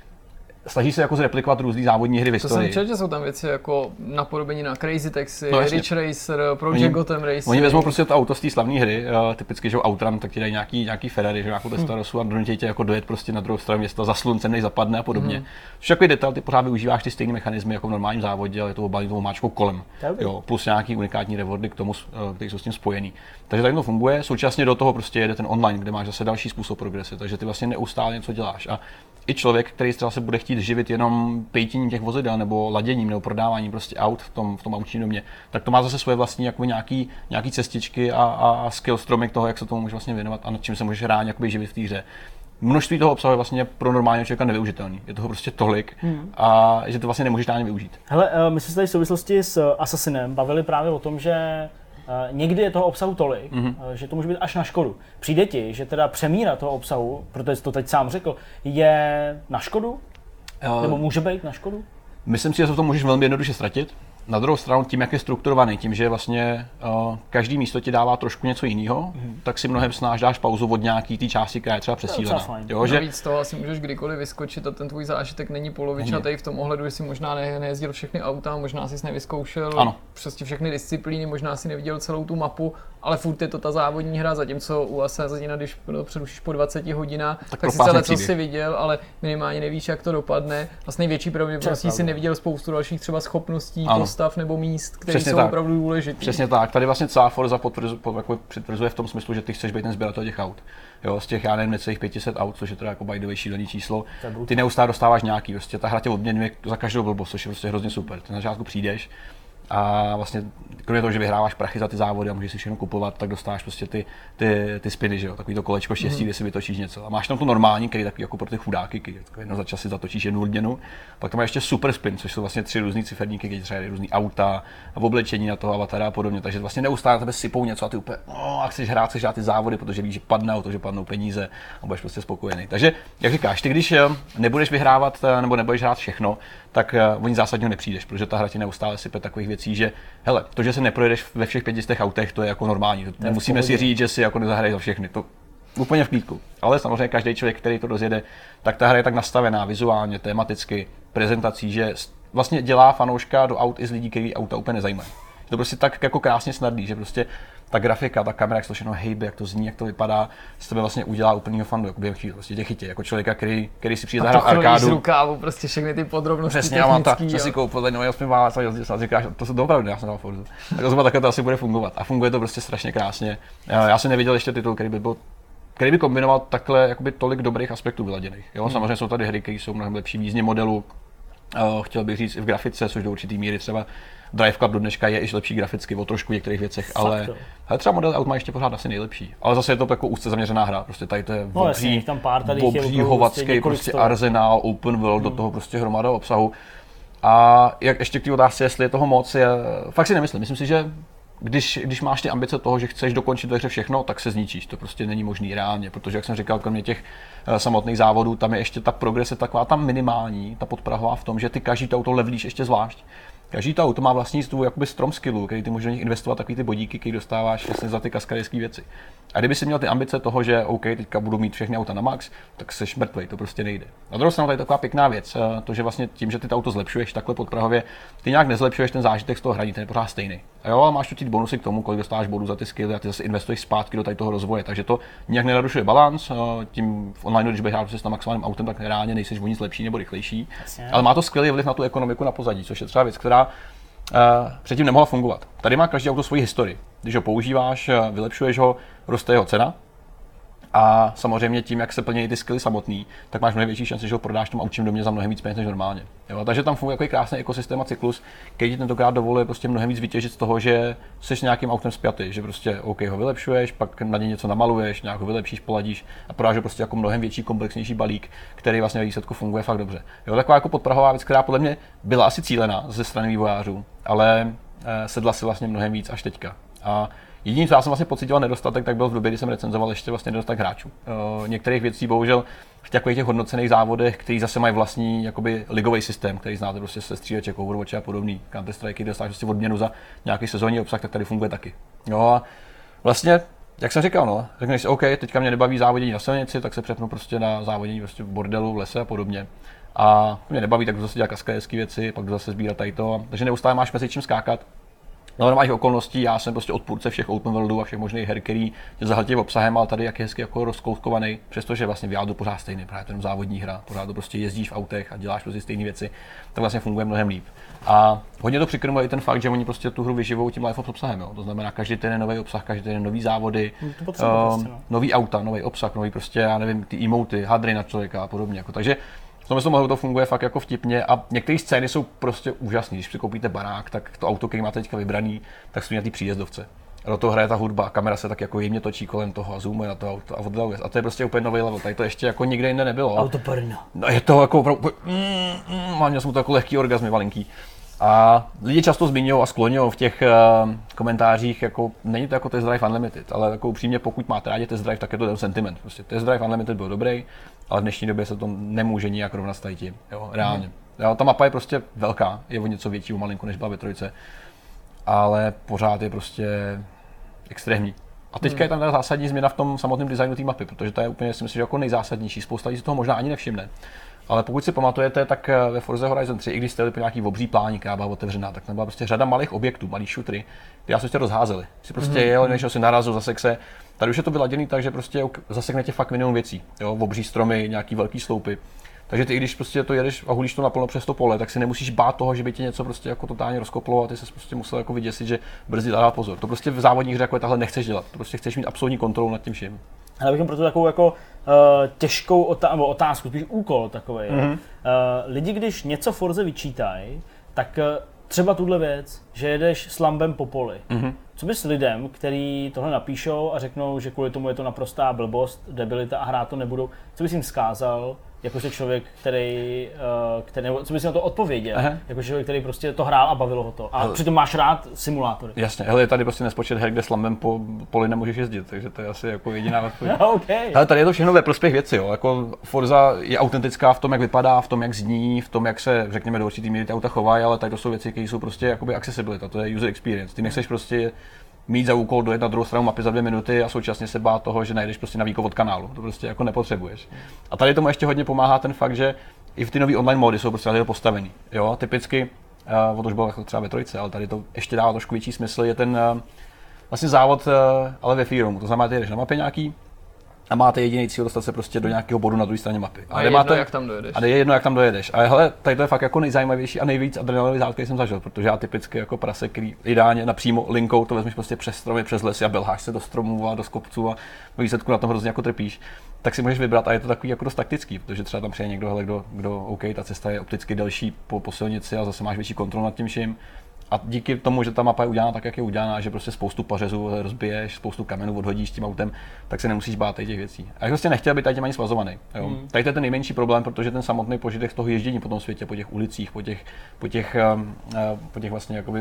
snaží se jako zreplikovat různý závodní hry v historii. To jsem četl, že jsou tam věci jako napodobení na Crazy Taxi, Ridge Racer, Project Gotham Racing. Oni vezmou prostě to auto z té slavné hry, typicky, že Outrun, tak ti dají nějaký Ferrari, že nějakou Testarosu a donutí tě jako dojet prostě na druhou stranu města za sluncem, než zapadne a podobně. Což takový detail, ty pořád využíváš ty stejné mechanismy jako v normálním závodě, ale je to obalení tou máčkou kolem. Jo, plus nějaký unikátní rewardy k tomu, který jsou s tím spojený. Takže tak to funguje, současně do toho prostě jede ten online, kde máš zase další způsob progrese, takže ty vlastně neustále něco děláš. A i člověk, který třeba se bude chtít živit jenom pejtěním těch vozidel nebo laděním nebo prodáváním prostě aut v tom aukčním domě, tak to má zase svoje vlastní jako nějaký cestičky a skill stromy toho, jak se tomu můžeš vlastně věnovat a nad čím se můžeš reálně jakoby živit v té hře. Množství toho obsahu je vlastně pro normálního člověka nevyužitelný. Je toho prostě tolik a že to vlastně nemůžeš reálně využít. Hele, my jsme se tady v souvislosti s Assassinem bavili právě o tom, že někdy je toho obsahu tolik, že to může být až na škodu. Přijde ti, že teda přemíra toho obsahu, protože jsi to teď sám řekl, je na škodu? Nebo může být na škodu? Myslím si, že se to můžeš velmi jednoduše ztratit. Na druhou stranu tím, jak je strukturovaný, tím, že vlastně každý místo ti dává trošku něco jiného, tak si mnohem snáš dáš pauzu od nějaký té části, která je třeba přesílená. Jo, že navíc toho asi můžeš kdykoliv vyskočit a ten tvůj zážitek není polovičatý v tom ohledu, že si možná nejezdil všechny auta, možná si nevyzkoušel prostě všechny disciplíny, možná si neviděl celou tu mapu, ale furt je to ta závodní hra, zatímco u Assassina, když předušíš po 20 hodinách, tak si celé co si viděl, ale minimálně nevíš, jak to dopadne. Vlastně největší pravděpodobností si neviděl spoustu dalších třeba schopností, postav nebo míst, které jsou opravdu důležité. Přesně tak. Tady vlastně celá Forza přitvrzuje v tom smyslu, že ty chceš být ten sběratel těch aut. Jo, z těch, já nevím, necelých 500 aut, což je teda jako by the way šílený číslo, ty neustále dostáváš nějaký, prostě ta hra tě odměňuje za každou blbost, což je prostě hrozně super. Ty na začátku přijdeš a vlastně kromě toho, že vyhráváš prachy za ty závody a můžeš si všechno kupovat, tak dostáváš prostě ty spiny, že jo, takový to kolečko štěstí, kde si vytočíš něco. A máš tam tu normální, který je takový jako pro ty chudáky, který jednou za čas si zatočíš jednu hodinu. Pak tam máš ještě super spin, což jsou vlastně 3 různý ciferníky, kde třeba různý auta a oblečení na toho avatara a podobně. Takže vlastně neustále na tebe sypou něco a ty úplně a chceš hrát ty závody, protože víš, že padne auto, že padnou peníze a budeš prostě spokojený. Takže jak říkáš, ty když nebudeš vyhrávat nebo nebudeš hrát všechno, tak oni zásadně nepřijdeš, protože ta hra ti neustále sype takových věcí, že hele, to, že se neprojedeš ve všech 500 autech, to je jako normální. Nemusíme si říct, že si jako nezahraješ za všechny. To úplně v klídku. Ale samozřejmě každý člověk, který to rozjede, tak ta hra je tak nastavená vizuálně, tematicky, prezentací, že vlastně dělá fanouška do aut i z lidí, kteří auta úplně nezajímají. Je to prostě tak jako krásně snadný, že prostě ta grafika, ta kamera, jak to všechno hejbe, jak to zní, jak to vypadá, z tebe vlastně udělá úplnýho fandu, jako během chvíli, vlastně tě chytě, jako člověka, který si přijde zahrát arkádu. Z rukávu, prostě všechny ty podrobnosti. Přesně, já mám si koupil tady nový 8 válec a říkáš, to jsou opravdu, já jsem dal Forzu. Tak to takhle to asi bude fungovat a funguje to prostě strašně krásně. Já jsem neviděl ještě titul, který by kombinoval takhle jakoby tolik dobrých aspektů vyladěných. Jo, samozřejmě jsou tady hry, které jsou mnohem lepší v jízdě modelu. Chtěl bych říct i v grafice, což do určitý míry třeba Drive Club do dneška je i lepší graficky o trošku v některých věcech, ale třeba model aut má ještě pořád asi nejlepší. Ale zase je to jako úzce zaměřená hra, prostě tady to je obří hovacký prostě arzenál, open world, do toho prostě hromada obsahu. A jak ještě k té otázce, jestli je toho moc, fakt si nemyslím. Myslím si, že když máš ty ambice toho, že chceš dokončit ve hře všechno, tak se zničíš. To prostě není možný reálně, protože jak jsem říkal, kromě těch samotných závodů, tam je ještě ta progrese taková tam minimální, ta podprahová v tom, že ty každý to auto levelíš ještě zvlášť. Každý to auto má vlastní svůj jakoby strom skillu, který ty můžeš investovat takový ty bodíky, který dostáváš vlastně za ty kaskadérské věci. A kdyby si měl ty ambice toho, že OK, teďka budu mít všechny auta na max, tak seš mrtvej, to prostě nejde. Na druhou stranu tady je taková pěkná věc, to, že vlastně tím, že ty auto zlepšuješ takhle podprahově, ty nějak nezlepšuješ ten zážitek z toho hraní, ten je pořád stejný. A jo, máš tu bonusy k tomu, kolik dostáváš bodů za ty skilly a ty zase investuješ zpátky do tady toho rozvoje, takže to nějak nenarušuje balans. Tím v online, když běháš s maximálním autem, tak reálně nejseš o nic lepší nebo rychlejší. Ale má to skvělý vliv na tu ekonomiku na pozadí, což je třeba věc, která předtím nemohla fungovat. Tady má každý auto svoji historii. Když ho používáš, vylepšuješ ho, roste jeho cena. A samozřejmě tím, jak se plní ty skilly samotný, tak máš mnohem větší šanci, že ho prodáš tomu autčím domě za mnohem víc peněz než normálně. Jo? Takže tam funguje takový krásný ekosystém a cyklus, který ti tentokrát dovoluje prostě mnohem víc vytěžit z toho, že jsi s nějakým autem spjatý, že prostě OK, ho vylepšuješ, pak na něj něco namaluješ, nějak ho vylepšíš, poladíš a prodáš ho prostě jako mnohem větší, komplexnější balík, který vlastně ve výsledku funguje fakt dobře. Jo? Taková jako podprahová věc, která podle mě byla asi cílená ze strany vývojářů, ale sedla si vlastně mnohem víc až teďka. A jediný, co já jsem vlastně pocítil nedostatek, tak byl v době, kdy jsem recenzoval ještě vlastně nedostatek hráčů. Některých věcí bohužel v takových těch hodnocených závodech, který zase mají vlastní jakoby ligový systém, který znáte prostě se stříleček, Overwatch a podobný. Counter-Strike, kde dostáváš prostě odměnu za nějaký sezónní obsah, tak tady funguje taky. No a vlastně, jak jsem říkal, no, řekneš si, OK, teďka mě nebaví závodění na silnici, tak se přepnu prostě na závodění prostě v bordelu, v lese a podobně. A mě nebaví, tak jdu zase dělat kaskaderské věci, pak jdu zase sbírat tady to. Takže neustále máš mezi čím skákat. No, normálních okolností, já jsem prostě odpůrce všech open worldů a všech možných her, který tě zahltí obsahem, ale tady jak je hezky jako rozkouskovaný, přestože vlastně v jádru pořád stejný, právě ten závodní hra, pořád to prostě jezdíš v autech a děláš prostě stejné věci, tak vlastně funguje mnohem líp. A hodně to přikrmuje i ten fakt, že oni prostě tu hru vyživou tím live obsahem, jo. To znamená každý týden nový obsah, každý týden nový závody, nový auta, nový obsah, nový prostě, já nevím, ty emoty, hadry na člověka a podobně. Jako. Takže v tom smyslu to funguje fakt jako vtipně a některé scény jsou prostě úžasné. Když si koupíte barák, tak to auto, který máte teďka vybraný, tak stojí na té příjezdovce. A do toho hraje ta hudba, kamera se tak jako jemně točí kolem toho a zoomuje na to auto a oddaluje. A to je prostě úplně nový level. Tady to ještě jako nikde jinde nebylo. Autoporno. No je to jako opravdu, měl jsem to jako lehký orgasmy malinký. A lidi často zmiňují a skloňují v těch komentářích, jako není to jako Test Drive Unlimited, ale jako upřímně, pokud máte rádi Test Drive, tak je to ten sentiment. Prostě Test Drive Unlimited byl dobrý, ale v dnešní době se to nemůže nijak rovnat s tím, jo, reálně. Jo, ta mapa je prostě velká, je o něco větší malinku, než byla ve trojce, ale pořád je prostě extrémní. A teďka je tam ta zásadní změna v tom samotném designu té mapy, protože to je úplně, si myslím, že jako nejzásadnější. Spousta lidí si toho možná ani nevšimne. Ale pokud si pamatujete, tak ve Forza Horizon 3, i když jste jeli po nějaký obří pláni, která byla otevřená, tak tam byla prostě řada malých objektů, malých šutry, které se prostě rozházely. Si prostě jel, než si narazil, zasek se. Tady už je to vyladěný tak, že prostě zaseknete fakt minimum věcí, jo, obří stromy, nějaký velký sloupy. Takže ty, i když prostě to jedeš a hulíš to naplno přes to pole, tak si nemusíš bát toho, že by tě něco prostě jako totálně rozkoplo a ty se prostě musel jako vyděsit, že brzy dává pozor. To prostě v závodních hře jako tahle nechceš dělat. To prostě chceš mít absolutní kontrolu nad tím vším. Ale bych proto takovou jako těžkou otázku, spíš úkol takový. Lidi, když něco Forze vyčítají, tak třeba tuhle věc, že jedeš s lambem po poli. Co bys lidem, kteří tohle napíšou a řeknou, že kvůli tomu je to naprostá blbost, debilita a hrát to nebudou, co bys jim vzkázal, jakože člověk, který co bys jim na to odpověděl, jakože člověk, který prostě to hrál a bavilo ho to. A přitom máš rád simulátory. Jasně, hele, je tady prostě nespočet her, kde s lambem po poli nemůžeš jezdit, takže to je asi jako jediná odpověď. Okay. Ale tady je to všechno ve prospěch věci, jo. Jako Forza je autentická v tom, jak vypadá, v tom, jak zní, v tom, jak se, řekněme, do určitý míry ty auta chovají, ale tady to jsou věci, které jsou prostě jakoby accessibility, to je user experience. Ty nechceš prostě mít za úkol dojet na druhou stranu mapy za 2 minuty a současně se bát toho, že najdeš prostě na výkop od kanálu. To prostě jako nepotřebuješ. A tady tomu ještě hodně pomáhá ten fakt, že i v ty nový online mody jsou prostě na to postavený. Jo, typicky, to už bylo jako třeba ve trojce, ale tady to ještě dává trošku větší smysl, je ten vlastně závod, ale ve Freeromu. To znamená, ty jdeš na mapě nějaký a máte jediný cíl dostat se prostě do nějakého bodu na druhé straně mapy. A je jedno, jak tam dojedeš. A je jedno, jak tam dojedeš. Ale hele, tady to je fakt jako nejzajímavější a nejvíc adrenalinový závod, který jsem zažil, protože já typicky jako prase, který ideálně napřímo linkou to vezmeš prostě přes stromy, přes lesy a belháš se do stromů a do kopců a v výsledku na tom hrozně jako trpíš. Tak si můžeš vybrat a je to takový jako dost taktický, protože třeba tam přijde někdo, hele, kdo OK, ta cesta je opticky delší po silnici a zase máš větší kontrolu nad tím vším. A díky tomu, že ta mapa je udělána tak, jak je udělána, že prostě spoustu pařezů rozbiješ, spoustu kamenů odhodíš tím autem, tak se nemusíš bát těch věcí. A já prostě nechtěl být tady tím ani svazovaný. Jo. Tady to je ten nejmenší problém, protože ten samotný požitek z toho ježdění po tom světě, po těch ulicích, po těch vlastně jakoby,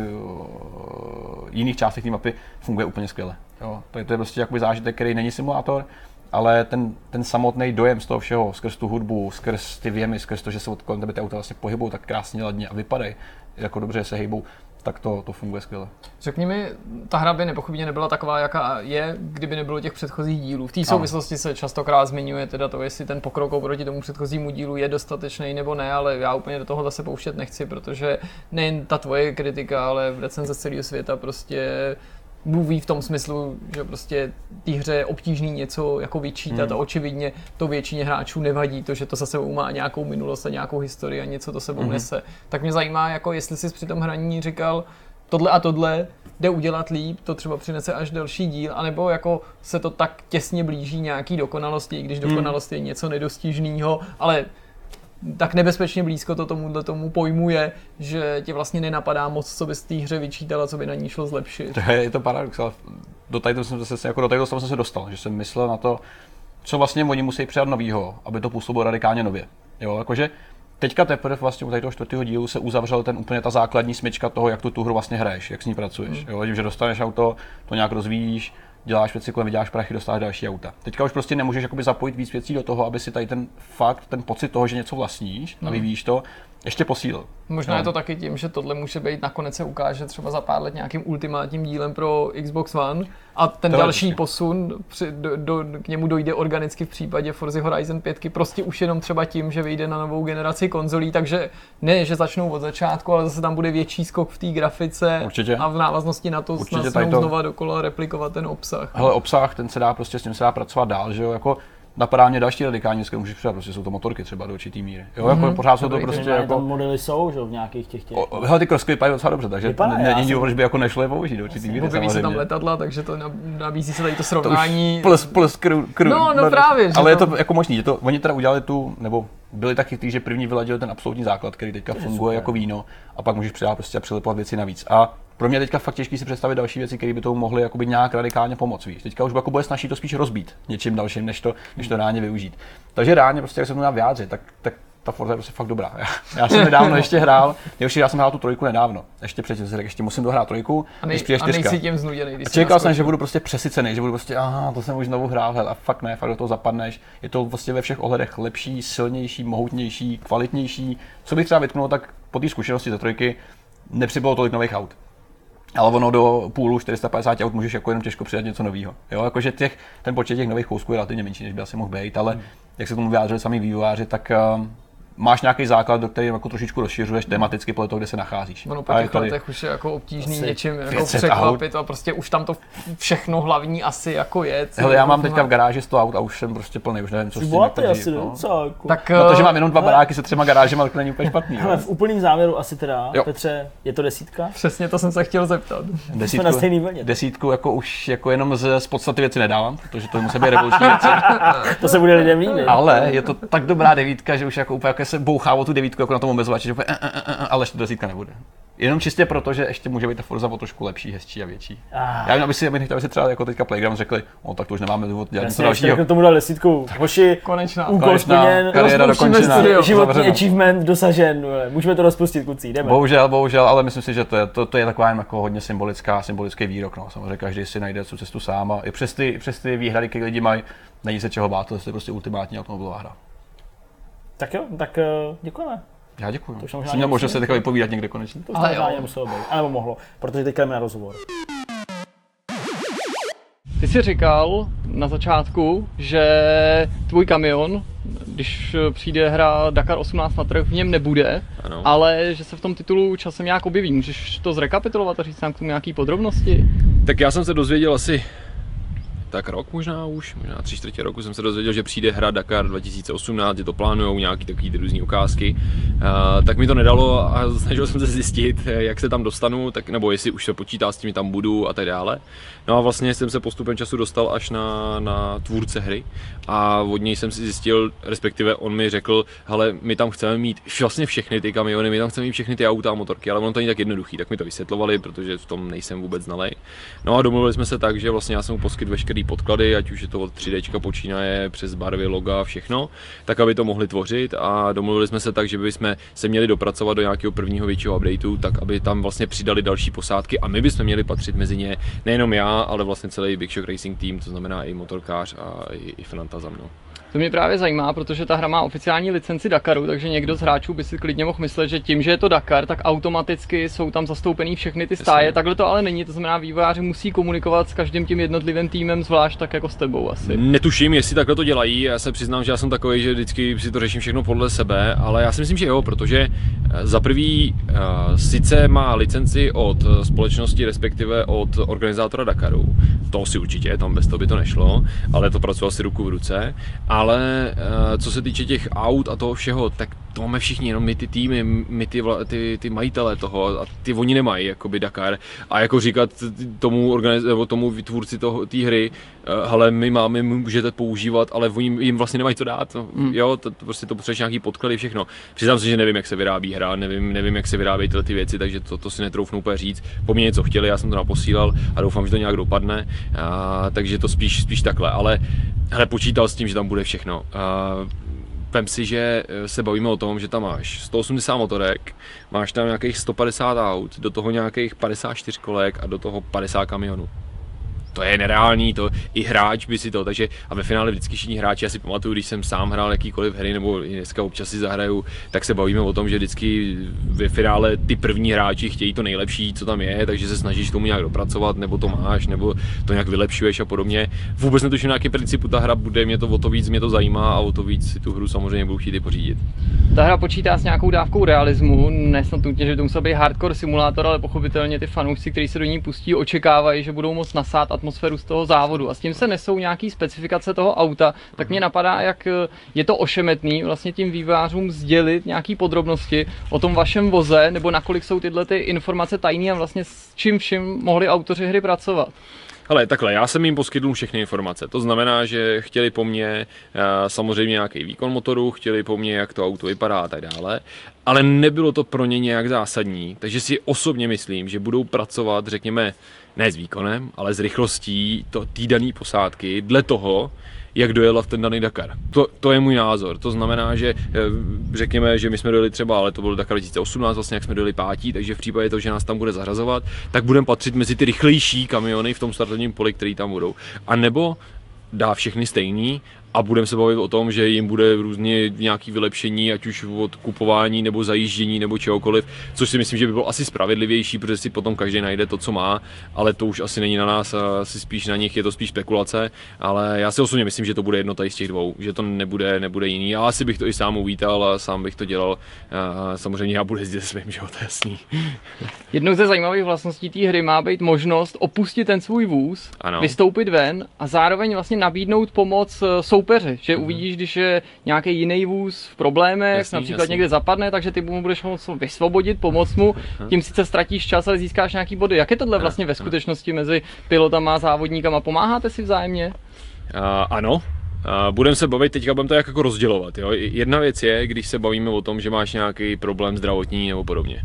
jiných částech té mapy funguje úplně skvěle. Jo. To je prostě jakoby zážitek, který není simulátor, ale ten samotný dojem z toho všeho, skrz tu hudbu, skrz ty věmy, skrz to, že se kolem tebe ty auta vlastně pohybují tak krásně ladně a vypadají jako dobře se hejbou, tak to funguje skvěle. Řekni mi, ta hra by nepochybně nebyla taková, jaká je, kdyby nebylo těch předchozích dílů. V té souvislosti se častokrát zmiňuje teda to, jestli ten pokrok oproti tomu předchozímu dílu je dostatečný nebo ne, ale já úplně do tohohle se pouštět nechci, protože nejen ta tvoje kritika, ale v recenze z celého světa prostě mluví v tom smyslu, že prostě té hře je obtížný něco jako vyčítat a očividně to většině hráčů nevadí, to, že to za sebou má nějakou minulost a nějakou historii a něco to sebou nese. Tak mě zajímá, jako jestli jsi při tom hraní říkal, tohle a tohle jde udělat líp, to třeba přinese až další díl, anebo jako se to tak těsně blíží nějaký dokonalosti, i když dokonalost je něco nedostižného, ale tak nebezpečně blízko to tomu pojmuje, že tě vlastně nenapadá moc, co by z té hře vyčítala, co by na ní šlo zlepšit. Je to paradox, ale do toho jsem se dostal, že jsem myslel na to, co vlastně oni musí přidat novýho, aby to působilo radikálně nově. Jo, jakože teďka teprve vlastně u toho 4. dílu se uzavřel úplně ta základní smyčka toho, jak tu hru vlastně hraješ, jak s ní pracuješ. Jo, tím, že dostaneš auto, to nějak rozvíjíš, děláš věci kolem, vyděláš prachy, dostáváš další auta. Teďka už prostě nemůžeš jakoby zapojit víc věcí do toho, aby si tady ten fakt, ten pocit toho, že něco vlastníš a vyvíjíš to, ještě posílil. Možná je to taky tím, že tohle může být, nakonec se ukáže třeba za pár let nějakým ultimátním dílem pro Xbox One a ten další posun k němu dojde organicky v případě Forza Horizon 5 prostě už jenom třeba tím, že vyjde na novou generaci konzolí, takže ne, že začnou od začátku, ale zase tam bude větší skok v té grafice. Určitě. A v návaznosti na to snad znova dokola replikovat ten obsah. Hele, obsah, ten se dá prostě, s ním se dá pracovat dál, že jo, jako napadá mě další radikální, s můžeš přidat, prostě jsou to motorky třeba do určitý míry. Jo, jako pořád jsou to prostě jako tam modely jsou, že v nějakých těch. Hele, ty krosky vypadají docela dobře, takže není důvod, proč by jako nešlo je použít do určitý míry. Objeví se tam letadla, takže to nabízí se tady to srovnání. Plus crew. No právě. Ale je to jako možný, oni teda udělali nebo byli taky tí, že první vyladili ten absolutní základ, který teďka funguje jako víno a pak můžeš přidat prostě a přilepovat věci navíc. A pro mě teďka fakt těžký si představit další věci, které by tomu mohly jakoby nějak radikálně pomoct, víš. Teďka už jako bude snažší to spíš rozbít něčím dalším, než to reálně využít. Takže reálně prostě, jak se to dá vyjádřit, tak ta Forza je prostě fakt dobrá. Já jsem nedávno ještě hrál, já jsem hrál tu 3 nedávno, ještě předtím jsem řekl, ještě musím dohrát 3, když přijde 4. nejsi tím znuděnej. Čekal jsem, že budu prostě přesycený, že budu prostě, to jsem už znovu hrál, hele, a fakt ne, fakt do toho zapadneš. Je to vlastně ve všech ohledech lepší, silnější, mohutnější, kvalitnější. Co bych třeba vytknul, tak po té zkušenosti ze 3 nepřibylo tolik nových aut. Ale ono do půlu 450 aut můžeš jako jenom těžko přidat něco nového. Jo, jakože ten počet těch nových kousků je relativně menší, než by asi mohl být, ale jak se tomu vyjádřili sami vývojáři, tak máš nějaký základ, do kterého jako trošičku rozšiřuješ tematicky podle toho, kde se nacházíš. Ono po těch letech už je jako obtížný něčím jako překvapit a prostě už tam to všechno hlavní asi jako je. Hele, já mám teďka v garáži 100 aut a už jsem prostě plný, už nevím, co s tím Tak to, že mám jenom 2 baráky se 3 garážema, to není úplně špatný. Ale v úplným závěru asi teda, Petře, je to 10? Přesně to jsem se chtěl zeptat. 10 na stejný vlně. 10 jako už jako jenom z podstaty věci nedávám, protože to musí být revoluční věci. To se bude lidem líbit. Ale je to tak dobrá 9, že už jako úplně se bouchá o tu 9 jako na tom omezovači, že ale ještě 10 nebude. Jenom čistě proto, že ještě může být ta Forza o trošku lepší, hezčí a větší. Já vím, aby si třeba jako teďka Playground řekli, tak to už nemáme důvod dělat něco dalšího. Já tomu dal 10. Hoši, úkol splněn, kariéra dokončená, životní achievement dosažen. Můžeme to rozpustit, kluci, jdeme. Bohužel, ale myslím si, že to je taková jako hodně symbolický výrok. No. Samozřejmě každý si najde tu cestu sám a i přes ty výhrady, které lidi mají, není se čeho bát, to je prostě ultimátní automobilová hra. Tak jo, tak děkujeme. Já děkuji. Jsem měl možnost se takhle vypovídat někde konečně. To možná muselo být, anebo mohlo, protože teďka jdeme na rozhovor. Ty jsi říkal na začátku, že tvůj kamion, když přijde hra Dakar 18 na trh, v něm nebude, ano. Ale že se v tom titulu časem nějak objeví. Můžeš to zrekapitulovat a říct nám k tomu nějaký podrobnosti? Tak já jsem se dozvěděl asi tak rok možná 3/4 roku jsem se dozvěděl, že přijde hra Dakar 2018, že to plánujou nějaký takový různý ukázky. Tak mi to nedalo a snažil jsem se zjistit, jak se tam dostanu, tak, nebo jestli už se počítá s tím, že tam budu a tak dále. No a vlastně jsem se postupem času dostal až na tvůrce hry a od něj jsem si zjistil, respektive on mi řekl, hele, my tam chceme mít vlastně všechny ty kamiony, my tam chceme mít všechny ty auta a motorky, ale ono to není tak jednoduchý, tak mi to vysvětlovali, protože v tom nejsem vůbec znalej. No a domluvili jsme se tak, že vlastně já jsem mu poskytl veškerý podklady, ať už je to od 3D počínaje přes barvy, loga, všechno, tak aby to mohli tvořit a domluvili jsme se tak, že bychom se měli dopracovat do nějakého prvního většího updateu, tak aby tam vlastně přidali další posádky a my bychom měli patřit mezi ně, nejenom já, ale vlastně celý Big Shock Racing Team, to znamená i motorkář a i Fernanda za mnou. To mě právě zajímá, protože ta hra má oficiální licenci Dakaru, takže někdo z hráčů by si klidně mohl myslet, že tím, že je to Dakar, tak automaticky jsou tam zastoupený všechny ty stáje. Takhle to ale není, to znamená, vývojáři musí komunikovat s každým tím jednotlivým týmem, zvlášť tak jako s tebou asi. Netuším, jestli takhle to dělají, já se přiznám, že já jsem takový, že vždycky si to řeším všechno podle sebe, ale já si myslím, že jo, protože za prvý sice má licenci od společnosti, respektive od organizátora Dakaru, to si určitě, tam bez toho by to nešlo, ale to pracoval si ruku v ruce, ale co se týče těch aut a toho všeho, tak to máme všichni, jenom my ty týmy, my ty majitele toho a ty oni nemají jakoby Dakar a jako říkat tomu vytvůrci té hry, hele, my můžete používat, ale oni jim vlastně nemají co dát, no, jo, to prostě to potřebuješ nějaký podklady, všechno. Přiznám se, že nevím, jak se vyrábí hra, nevím, jak se vyrábějí tyhle ty věci, takže to si netroufnu úplně říct. Po mně něco chtěli, já jsem to naposílal a doufám, že to nějak dopadne, takže to spíš takhle, ale hele, počítal s tím, že tam bude všechno. Vem si, že se bavíme o tom, že tam máš 180 motorek, máš tam nějakých 150 aut, do toho nějakých 54 kolek a do toho 50 kamionů. To je nereální, to i hráč by si to, takže a ve finále vždycky všichni hráči, já si pamatuju, když jsem sám hrál jakýkoliv hry, nebo i dneska občas si zahraju, tak se bavíme o tom, že vždycky ve finále ty první hráči chtějí to nejlepší, co tam je, takže se snažíš tomu nějak dopracovat, nebo to máš, nebo to nějak vylepšuješ a podobně. Vůbec netuším, na jakém principu ta hra bude, mě to zajímá a o to víc si tu hru samozřejmě budu chtít i pořídit. Ta hra počítá s nějakou dávkou realismu, nesnad nutně, že to musí být hardcore simulátor, ale pochopitelně ty fanoušci, kteří se do ní pustí, očekávají, že budou moct nasát atmosféru z toho závodu a s tím se nesou nějaký specifikace toho auta, tak mě napadá, jak je to ošemetný vlastně tím vývojářům sdělit nějaký podrobnosti o tom vašem voze, nebo nakolik jsou tyhle ty informace tajný a vlastně s čím vším mohli autoři hry pracovat. Ale takhle, já jsem jim poskytl všechny informace, to znamená, že chtěli po mně samozřejmě nějaký výkon motoru, chtěli po mně, jak to auto vypadá a tak dále, ale nebylo to pro ně nějak zásadní, takže si osobně myslím, že budou pracovat, řekněme, ne s výkonem, ale s rychlostí té dané posádky dle toho, jak dojela v ten daný Dakar. To je můj názor. To znamená, že řekněme, že my jsme dojeli třeba, ale to bylo Dakar 2018, vlastně jak jsme dojeli pátí, takže v případě toho, že nás tam bude zařazovat, tak budeme patřit mezi ty rychlejší kamiony v tom startovním poli, který tam budou. A nebo dá všechny stejný a budeme se bavit o tom, že jim bude různě nějaké vylepšení, ať už od kupování nebo zajíždění nebo čehokoliv, což si myslím, že by bylo asi spravedlivější, protože si potom každý najde to, co má, ale to už asi není na nás, asi spíš na nich, je to spíš spekulace, ale já si osobně myslím, že to bude jedno tady z těch dvou, že to nebude jiný. Já asi bych to i sám uvítal a sám bych to dělal, samozřejmě já budu jezdit svým, že jo, to je jasný. Jednou ze zajímavých vlastností té hry má být možnost opustit ten svůj vůz, ano, vystoupit ven a zároveň vlastně nabídnout pomoc soupeři, že uvidíš, když je nějaký jiný vůz v problémech, jasný, například někde zapadne, takže ty mu budeš moct vysvobodit, pomoct mu, tím sice ztratíš čas, ale získáš nějaký body. Jak je tohle vlastně ve skutečnosti mezi pilotama a závodníkama? Pomáháte si vzájemně? Ano. Budeme se bavit, teďka budeme to jako rozdělovat. Jo? Jedna věc je, když se bavíme o tom, že máš nějaký problém zdravotní nebo podobně.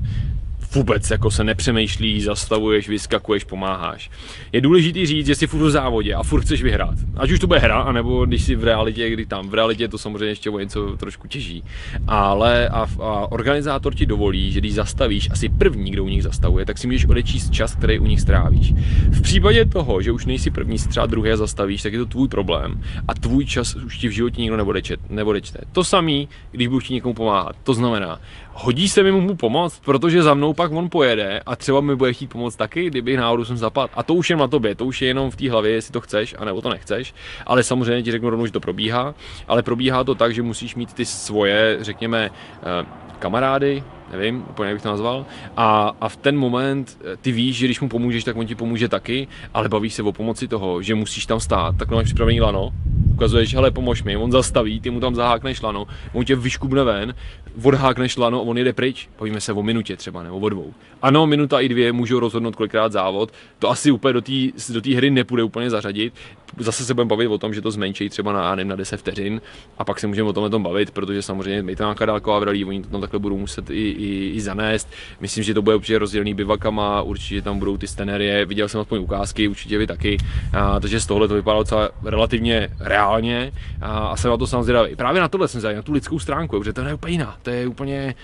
Vůbec jako se nepřemýšlí, zastavuješ, vyskakuješ, pomáháš. Je důležitý říct, že jsi furt v závodě a furt chceš vyhrát. Ať už to bude hra, anebo když jsi v realitě, v realitě to samozřejmě ještě o něco trošku těží. Ale a organizátor ti dovolí, že když zastavíš, asi první, kdo u nich zastavuje, tak si můžeš odečíst čas, který u nich strávíš. V případě toho, že už nejsi první, si třeba druhé zastavíš, tak je to tvůj problém a tvůj čas už ti v životě nikdo neodečte. To samý, když budeš ti někomu pomáhat. To znamená, hodí se mi mu pomoct, protože za mnou pak on pojede a třeba mi bude chtít pomoct taky, kdyby náhodou jsem zapadl. A to už je na tobě, to už je jenom v té hlavě, jestli to chceš, anebo to nechceš. Ale samozřejmě ti řeknu rovnou, že to probíhá, ale probíhá to tak, že musíš mít ty svoje, řekněme, kamarády, nevím, úplně jak bych to nazval, a v ten moment ty víš, že když mu pomůžeš, tak on ti pomůže taky, ale bavíš se o pomoci toho, že musíš tam stát, tak máš připravený lano, ukazuješ, hele, pomož mi, on zastaví, ty mu tam zahákneš lano, on tě vyškubne ven, odhákneš lano a on jede pryč, bavíme se o minutě třeba, nebo o 2. Ano, minuta i 2 můžou rozhodnout kolikrát závod, to asi úplně do té hry nepůjde úplně zařadit, zase se budeme bavit o tom, že to zmenší třeba na 10 vteřin a pak se můžeme o tom bavit, protože samozřejmě je to nějaká dálková vralí, oni to tam takhle budou muset i zanést. Myslím, že to bude určitě rozdělený bivakama, určitě tam budou ty scenérie, viděl jsem aspoň ukázky, určitě vy taky, takže z tohle to vypadá docela relativně reálně a jsem na to samozřejmě zvědavý. Právě na tohle jsem zvědavý, na tu lidskou stránku, protože to je úplně jiná, to je úplně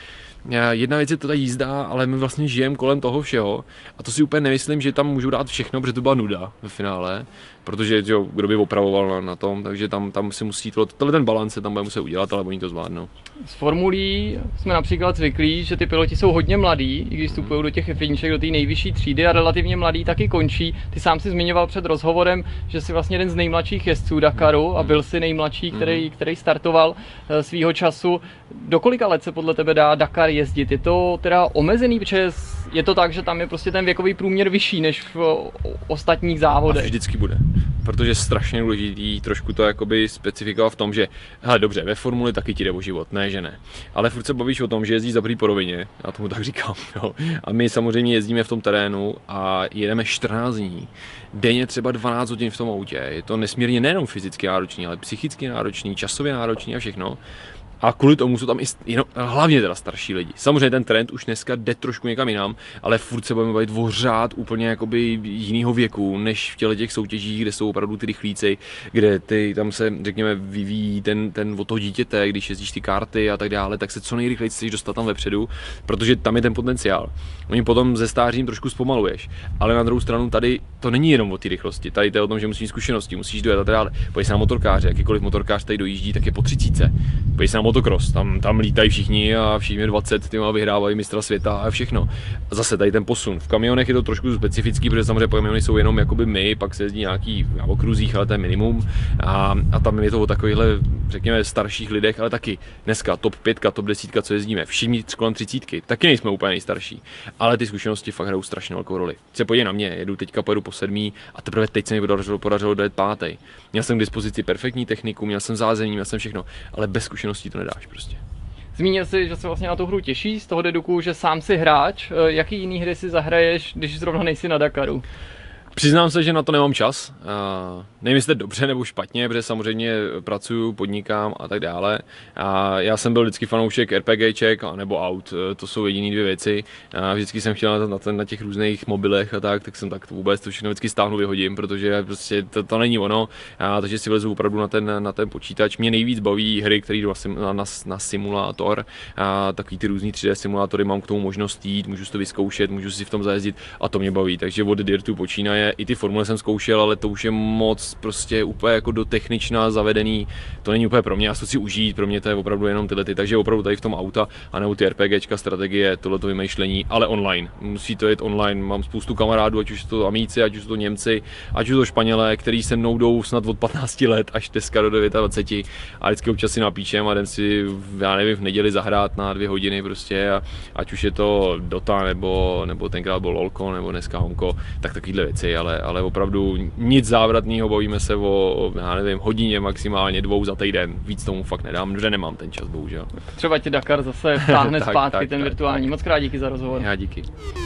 Jedna věc je ta jízda, ale my vlastně žijeme kolem toho všeho a to si úplně nemyslím, že tam můžu dát všechno, protože to byla nuda ve finále, protože jo, kdo by opravoval na tom, takže tam si musí ten balans se tam bude muset udělat, ale oni to zvládnou. Z formulí jsme například zvyklí, že ty piloti jsou hodně mladí, i když vstupují do těch F1, do té nejvyšší třídy a relativně mladí taky končí. Ty sám si zmiňoval před rozhovorem, že jsi vlastně jeden z nejmladších jezdců Dakaru a byl si nejmladší, který startoval svýho času. Do kolika let se podle tebe dá Dakar jezdit? Je to teda omezený, protože je to tak, že tam je prostě ten věkový průměr vyšší než v ostatních závodech? A vždycky bude, protože je strašně důležitý trošku to jakoby specifikovat v tom, že hele, dobře, ve formuli taky ti jde o život, ne, že ne. Ale furt se bavíš o tom, že jezdíš za první po rovině, já tomu tak říkám, jo. A my samozřejmě jezdíme v tom terénu a jedeme 14 dní. Denně třeba 12 hodin v tom autě. Je to nesmírně nejenom fyzicky náročný, ale psychicky náročný, časově náročný a všechno. A kvůli tomu jsou tam i hlavně teda starší lidi. Samozřejmě ten trend už dneska jde trošku někam jinam, ale furt se budeme bavit o řád úplně jakoby jinýho věku, než v těch soutěžích, kde jsou opravdu ty rychlíci, kde tam se, řekněme, vyvíjí ten od toho dítěte, když jezdíš ty karty a tak dále, tak se co nejrychleji chceš dostat tam vepředu, protože tam je ten potenciál. Oni potom ze stářím trošku zpomaluješ, ale na druhou stranu tady to není jenom o té rychlosti, tady to je o tom, že musíš mít zkušenosti, musíš dojet a tak dále. Podívej se na motorkáře, jakýkoliv motorkář tady dojíždí, tak je po 30. Podívej se na motocross, tam lítají všichni a všichni 20 tyma vyhrávají mistra světa a všechno. A zase tady ten posun. V kamionech je to trošku specifický, protože samozřejmě kamiony jsou jenom jakoby my, pak se jezdí nějaký na okruzích, ale to je minimum. A tam je to o takovýchhle, řekněme, starších lidech, ale taky dneska top 5, top 10, co jezdíme, všichni kolem 30, taky nejsme úplně nejstarší. Ale ty zkušenosti fakt hrajou strašně velkou roli. Se podívej na mě, pojedu po 7. a teprve teď se mi podařilo dojet 5. Měl jsem k dispozici perfektní techniku, měl jsem zázemí, měl jsem všechno, ale bez zkušeností to nedáš prostě. Zmínil jsi, že se vlastně na tu hru těší, z toho dedukuju, že sám si hráč. Jaký jiný hry si zahraješ, když zrovna nejsi na Dakaru? Přiznám se, že na to nemám čas. Nevím, jestli dobře nebo špatně, protože samozřejmě pracuju, podnikám a tak dále. A já jsem byl vždycky fanoušek RPGček nebo aut, to jsou jediné 2 věci. Vždycky jsem chtěl na těch různých mobilech a tak jsem tak to vůbec to všechno vždycky stáhnu, vyhodím, protože prostě to není ono. Takže si vlezu opravdu na ten počítač. Mě nejvíc baví hry, které jdou na simulátor. Takový ty různý 3D simulátory, mám k tomu možnost jít, můžu si to vyzkoušet, můžu si v tom zajezdit a to mě baví. Takže od Dirtu počínaje. I ty formule jsem zkoušel, ale to už je moc prostě úplně jako do techničná zavedený, to není úplně pro mě, já to si užít, pro mě to je opravdu jenom tyhle ty, takže opravdu tady v tom auta, anebo ty RPGčka, strategie, tohleto vymýšlení, ale online, musí to jít online, mám spoustu kamarádů, ať už jsou to Amíci, ať už jsou to Němci, ať už jsou to Španělé, kteří se mnou jdou snad od 15 let až dneska do 29 a vždycky občas si napíčem a jdem si, já nevím, v neděli zahrát na 2 hodiny prostě a ať už je to Dota nebo tenkrát byl LOLko nebo dneska Honko, tak takovýhle věci, ale opravdu nic závratného, bavíme se o, já nevím, hodině maximálně 2 za týden, víc tomu fakt nedám, protože nemám ten čas, bohužel. Třeba ti Dakar zase vtáhne zpátky tak, ten virtuální. Moc krát díky za rozhovor. Já díky.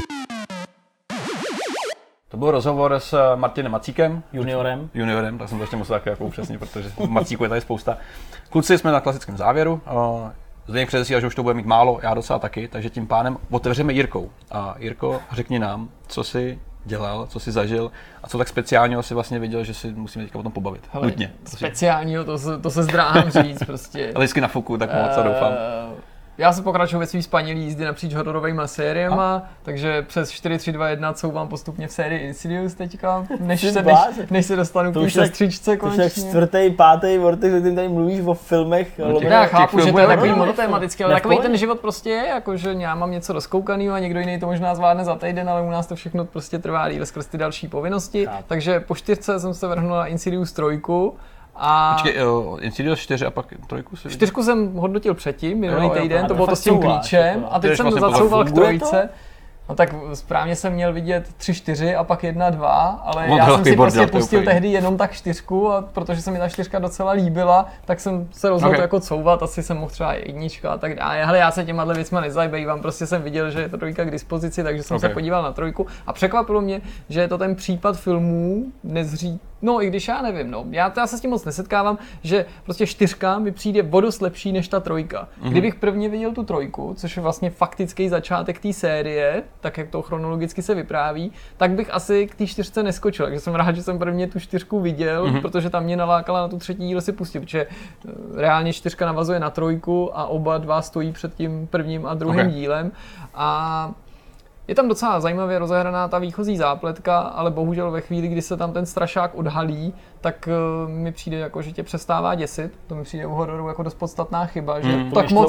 To byl rozhovor s Martinem Macíkem. Juniorem, Tak jsem to ještě musel jako upřesnit, protože Macíku je tady spousta. Kluci, jsme na klasickém závěru. Zdeněk předesílal, že už to bude mít málo, já docela taky, takže tím pádem otevřeme Jirkou. A Jirko, řekni nám, co jsi dělal, co jsi zažil a co tak speciálního si vlastně viděl, že si musíme teďka o tom pobavit. Hele, nutně. Speciálního, to se zdráhám říct prostě. Vždycky na fuku, tak moc doufám. Já se pokračuju ve svý spanilý jízdy napříč hororovejma sériema, takže přes 4, 3, 2, 1 couvám postupně v sérii Insidious teďka, než se dostanu k té sestřičce konečně. To už tak 4., 5. vortex, kdy tady mluvíš o filmech. Já chápu, že to je takový monotematický, ale takový ten život prostě je, jakože já mám něco rozkoukanýho a někdo jiný to možná zvládne za týden, ale u nás to všechno prostě trvá díl skrz ty další povinnosti. Takže po 4 jsem se vrhnul na Insidious 3. A počkej, Insidious 4 a pak 3 si 4 jsem hodnotil předtím, minulý týden, to bylo to s tím klíčem a teď jsem zacouval k 3. No tak správně jsem měl vidět 3, 4 a pak 1, 2, ale já jsem si prostě pustil tehdy jenom tak 4 a protože se mi ta 4 docela líbila, tak jsem se rozhodl jako couvat, asi jsem mohl třeba 1 a tak dále. Hele, já se těmahle věcma nezabývám, prostě jsem viděl, že je to 3 k dispozici, takže jsem se podíval na 3 a překvapilo mě, že je to ten případ filmů nezřídka No, i když já nevím, no. Já se s tím moc nesetkávám, že prostě 4 mi přijde o dost lepší než ta 3. Kdybych prvně viděl tu 3, což je vlastně faktický začátek té série, tak jak to chronologicky se vypráví, tak bych asi k té 4 neskočil. Takže jsem rád, že jsem prvně tu 4 viděl, protože tam mě nalákala na tu 3. díl si pustit, protože reálně 4 navazuje na 3 a oba dva stojí před tím 1. a 2. dílem. A je tam docela zajímavě rozehraná ta výchozí zápletka, ale bohužel ve chvíli, kdy se tam ten strašák odhalí, tak mi přijde jako, že tě přestává děsit. To mi přijde u hororu jako dost podstatná chyba, že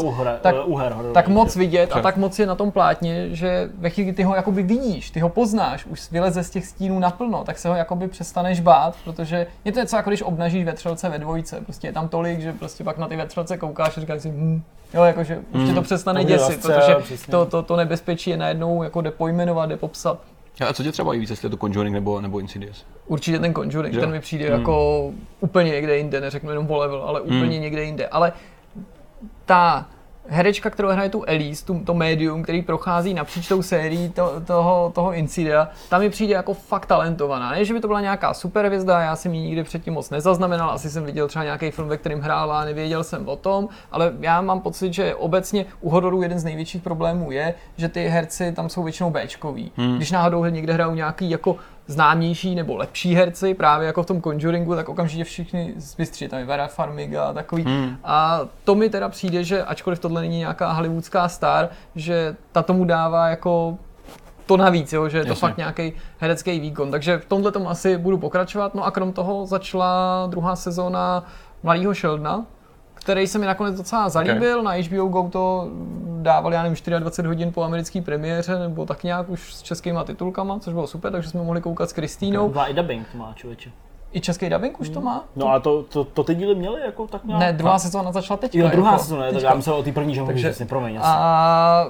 tak moc vidět a tak moc je na tom plátně, že ve chvíli, kdy ty ho jakoby vidíš, ty ho poznáš, už vyleze z těch stínů naplno, tak se ho jakoby přestaneš bát, protože je to něco jako když obnažíš vetřelce ve 2. Prostě je tam tolik, že prostě pak na ty vetřelce koukáš a říkáš si jo, jakože už tě to přestane děsit, protože to nebezpečí je najednou jako jde pojmenovat, jde popsat. A co tě třeba víc, jestli je to Conjuring nebo Insidious? Určitě ten Conjuring, ten mi přijde jako úplně někde jinde, neřeknu jenom o level, ale úplně někde jinde. Ale ta herečka, kterou hraje tu Elise, to médium, který prochází napříč tou sérií toho Insidia, tam mi přijde jako fakt talentovaná. Ne, že by to byla nějaká superhvězda, já jsem ji nikdy předtím moc nezaznamenal, asi jsem viděl třeba nějaký film, ve kterém hrála, nevěděl jsem o tom, ale já mám pocit, že obecně u hororu jeden z největších problémů je, že ty herci tam jsou většinou Bčkoví. Když náhodou někde hrajou nějaký jako známější nebo lepší herci, právě jako v tom Conjuringu, tak okamžitě všichni zbystří, tam je Vera Farmiga a takový. A to mi teda přijde, že ačkoliv tohle není nějaká hollywoodská star, že ta tomu dává jako to navíc, jo, že je to fakt nějaký herecký výkon. Takže v tomhle tomu asi budu pokračovat. No a krom toho začala 2. sezóna Mladýho Sheldona, který se mi nakonec docela zalíbil. Na HBO Go to dávali, já nevím, 24 hodin po americké premiéře, nebo tak nějak už s českýma titulkama, což bylo super, takže jsme mohli koukat s Kristýnou. Dva i dubbing to má, člověče. I český dubbing už to má? No a to ty díly měly jako tak nějak? Ne, 2. sezóna začala teďka. Jo, 2. sezóna, tak já myslel o té první, že mluvíš, jasně, promiň. A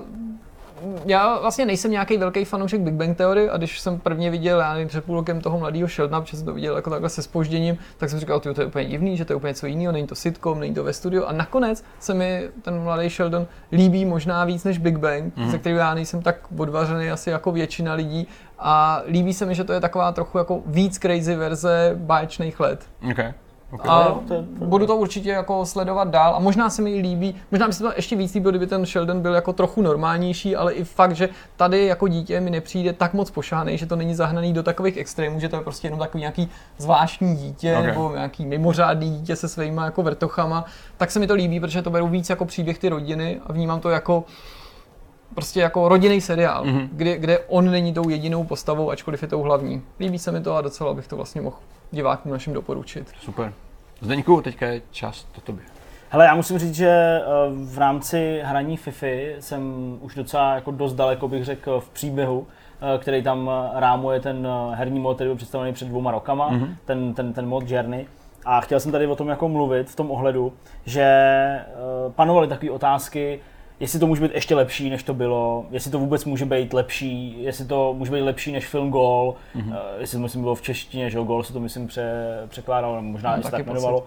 já vlastně nejsem nějaký velký fanoušek Big Bang Theory a když jsem prvně viděl, já nevím, před půl rokem toho Mladýho Sheldona, protože jsem to viděl jako takhle se zpožděním, tak jsem říkal, to je úplně divný, že to je úplně něco jiného, není to sitcom, není to ve studiu a nakonec se mi ten Mladý Sheldon líbí možná víc než Big Bang, ze kterého já nejsem tak odvařený asi jako většina lidí a líbí se mi, že to je taková trochu jako víc crazy verze báječných let. Okay. A budu to určitě jako sledovat dál a možná se mi líbí, možná by se to ještě víc líbilo, kdyby ten Sheldon byl jako trochu normálnější, ale i fakt, že tady jako dítě mi nepřijde tak moc pošánej, že to není zahnaný do takových extrémů, že to je prostě jenom takový nějaký zvláštní dítě nebo nějaký mimořádný dítě se svýma jako vrtochama, tak se mi to líbí, protože to beru víc jako příběh ty rodiny a vnímám to jako prostě jako rodinný seriál, kde on není tou jedinou postavou, ačkoliv je tou hlavní. Líbí se mi to a docela bych to vlastně mohl divákům našim doporučit. Super. Zdeňku, teďka je čas to tobě. Hele, já musím říct, že v rámci hraní Fify jsem už docela jako dost daleko, bych řekl, v příběhu, který tam rámuje ten herní mod, který byl představený před 2 rokama, ten mod Journey. A chtěl jsem tady o tom jako mluvit v tom ohledu, že panovaly takové otázky, jestli to může být ještě lepší, než to bylo, jestli to vůbec může být lepší, jestli to může být lepší než film Goal, jestli to myslím bylo v češtině, že Goal se to myslím překládalo, možná i se tak jmenovalo.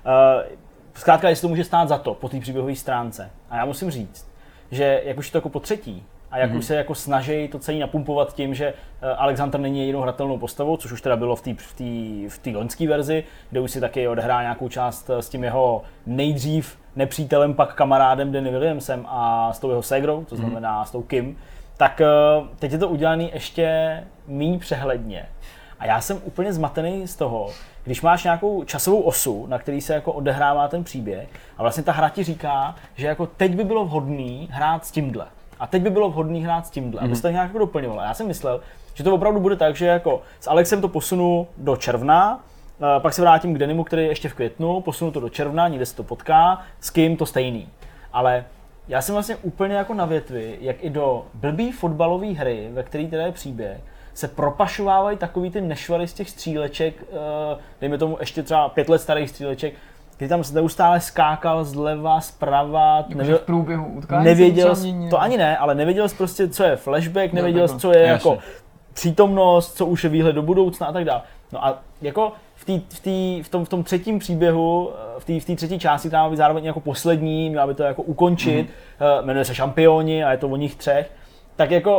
Zkrátka, jestli to může stát za to po té příběhové stránce. A já musím říct, že jak už je to jako po třetí, a jak už se jako snaží to celý napumpovat tím, že Alex Hunter není jedinou hratelnou postavou, což už teda bylo v té loňské verzi, kde už si taky odehrá nějakou část s tím jeho nejdřív nepřítelem, pak kamarádem Danny Williamsem a s tou jeho ségrou, to znamená s tou Kim, tak teď je to udělané ještě méně přehledně. A já jsem úplně zmatený z toho, když máš nějakou časovou osu, na který se jako odehrává ten příběh a vlastně ta hra ti říká, že jako teď by bylo vhodný hrát s tímhle. A teď by bylo vhodný hrát s tímhle, aby se to nějak jako doplňovalo. Já jsem myslel, že to opravdu bude tak, že jako s Alexem to posunu do června, pak se vrátím k Denimu, který je ještě v květnu, posunu to do června, někde se to potká, s kým to stejný. Ale já jsem vlastně úplně jako na větvi, jak i do blbý fotbalové hry, ve který teda je příběh, se propašovávají takový ty nešvary z těch stříleček, dejme tomu ještě třeba 5 let starých stříleček, který tam neustále skákal zleva, zprava, v průběhu utkání nevěděl, to ani ne, ale nevěděl jsi prostě, co je flashback, nevěděl jsi, co je jako přítomnost, co už je výhled do budoucna a tak dále. No a jako v tom třetím příběhu, v té třetí části, která má být zároveň jako poslední, měla by to jako ukončit, jmenuje se Šampioni a je to o nich 3, tak jako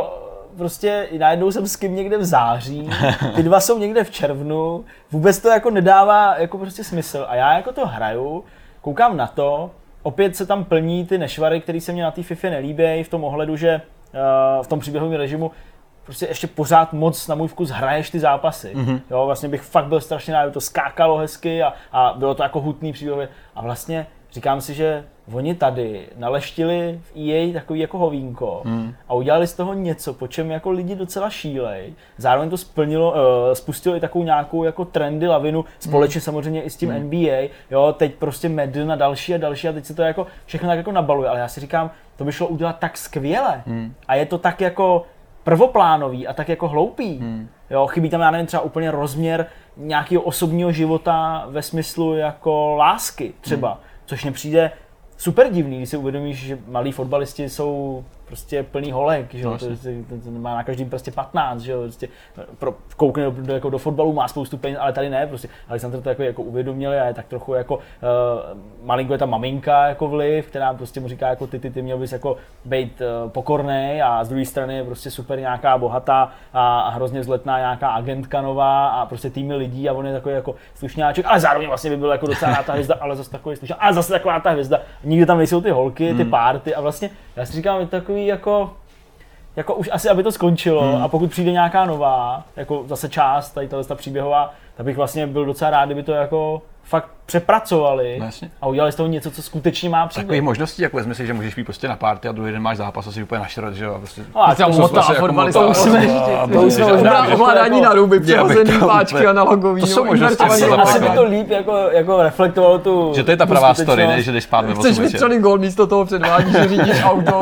prostě najednou jsem s kým někde v září, ty dva jsou někde v červnu, vůbec to jako nedává jako prostě smysl a já jako to hraju, koukám na to, opět se tam plní ty nešvary, které se mě na té FIFA nelíbí v tom ohledu, že v tom příběhovém režimu prostě ještě pořád moc na můj vkus hraješ ty zápasy. Jo, vlastně bych fakt byl strašně rád, to skákalo hezky a bylo to jako hutný příběhově a vlastně říkám si, že oni tady naleštili v EA takový jako hovínko a udělali z toho něco, po čem jako lidi docela šílej. Zároveň to spustilo i takovou nějakou jako trendy, lavinu, společně samozřejmě i s tím NBA. Jo, teď prostě Madden a další a teď se to jako všechno tak jako nabaluje, ale já si říkám, to by šlo udělat tak skvěle a je to tak jako prvoplánový a tak jako hloupý. Jo, chybí tam, já nevím, třeba úplně rozměr nějakého osobního života ve smyslu jako lásky třeba, což mně přijde super divný, když si uvědomíš, že malí fotbalisti jsou prostě plný holek, že jo, to má na každém prostě 15, že jo, prostě koukne jako do fotbalu, má spoustu peněz, ale tady ne, prostě Alexandr to jako uvědomili a je tak trochu jako malinko je ta maminka jako vliv, která prostě mu říká jako ty měl bys jako být pokornej a z druhé strany je prostě super nějaká bohatá a hrozně vzletná nějaká agentka nová a prostě týmy lidí a on je takový jako slušňáček, ale zároveň vlastně by byl jako docela rád ta hvězda, ale zase takový slušňáček, a zase taková ta hvězda, nikde tam nejsou ty holky, ty párty a vlastně já si říkám, je takový jako už asi, aby to skončilo a pokud přijde nějaká nová, jako zase část, tady ta příběhová, tak bych vlastně byl docela rád, kdyby to jako fakt přepracovali a udělali z toho něco, co skutečně má příběh. Takových možností, jako vezmi si, že můžeš být prostě na party a druhý den máš zápas a jsi úplně našrot, že jo? Prostě, to už jsme možná ovládání na ruby, přehozený páčky analogový. To jsou možnosti. Asi by to líp jako reflektovalo tu. Že to je ta pravá story, ne? Že jdeš spát ve 8 večer. Chceš vystřelit gól, místo toho předvádíš, že řídíš auto.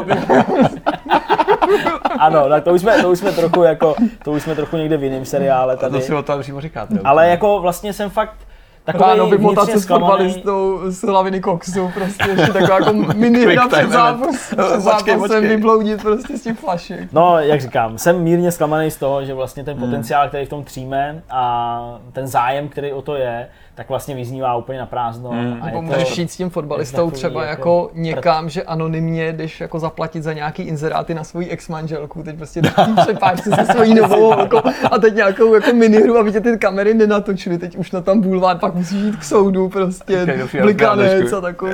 Ano, tak to už jsme trochu někde v jiném seriále tady. To si o tom přímo říkáte. Ale jako vlastně jsem fakt takový vnitřně zklamaný. Fotbalistou z hlaviny koksu, prostě ještě taková jako minihra před zápasem vybloudit prostě s tím flašek. No, jak říkám, jsem mírně zklamaný z toho, že vlastně ten potenciál, který v tom tříme a ten zájem, který o to je, tak vlastně vyznívá úplně na prázdno. Nebo můžeš jít s tím fotbalistou třeba jako někam, že anonymně jdeš jako zaplatit za nějaký inzeráty na svoji ex-manželku, teď prostě přepáčce se svojí novou jako, a teď nějakou jako minihru, aby tě ty kamery nenatočily, teď už na tam bulvár, pak musíš jít k soudu prostě, blikanec a takový.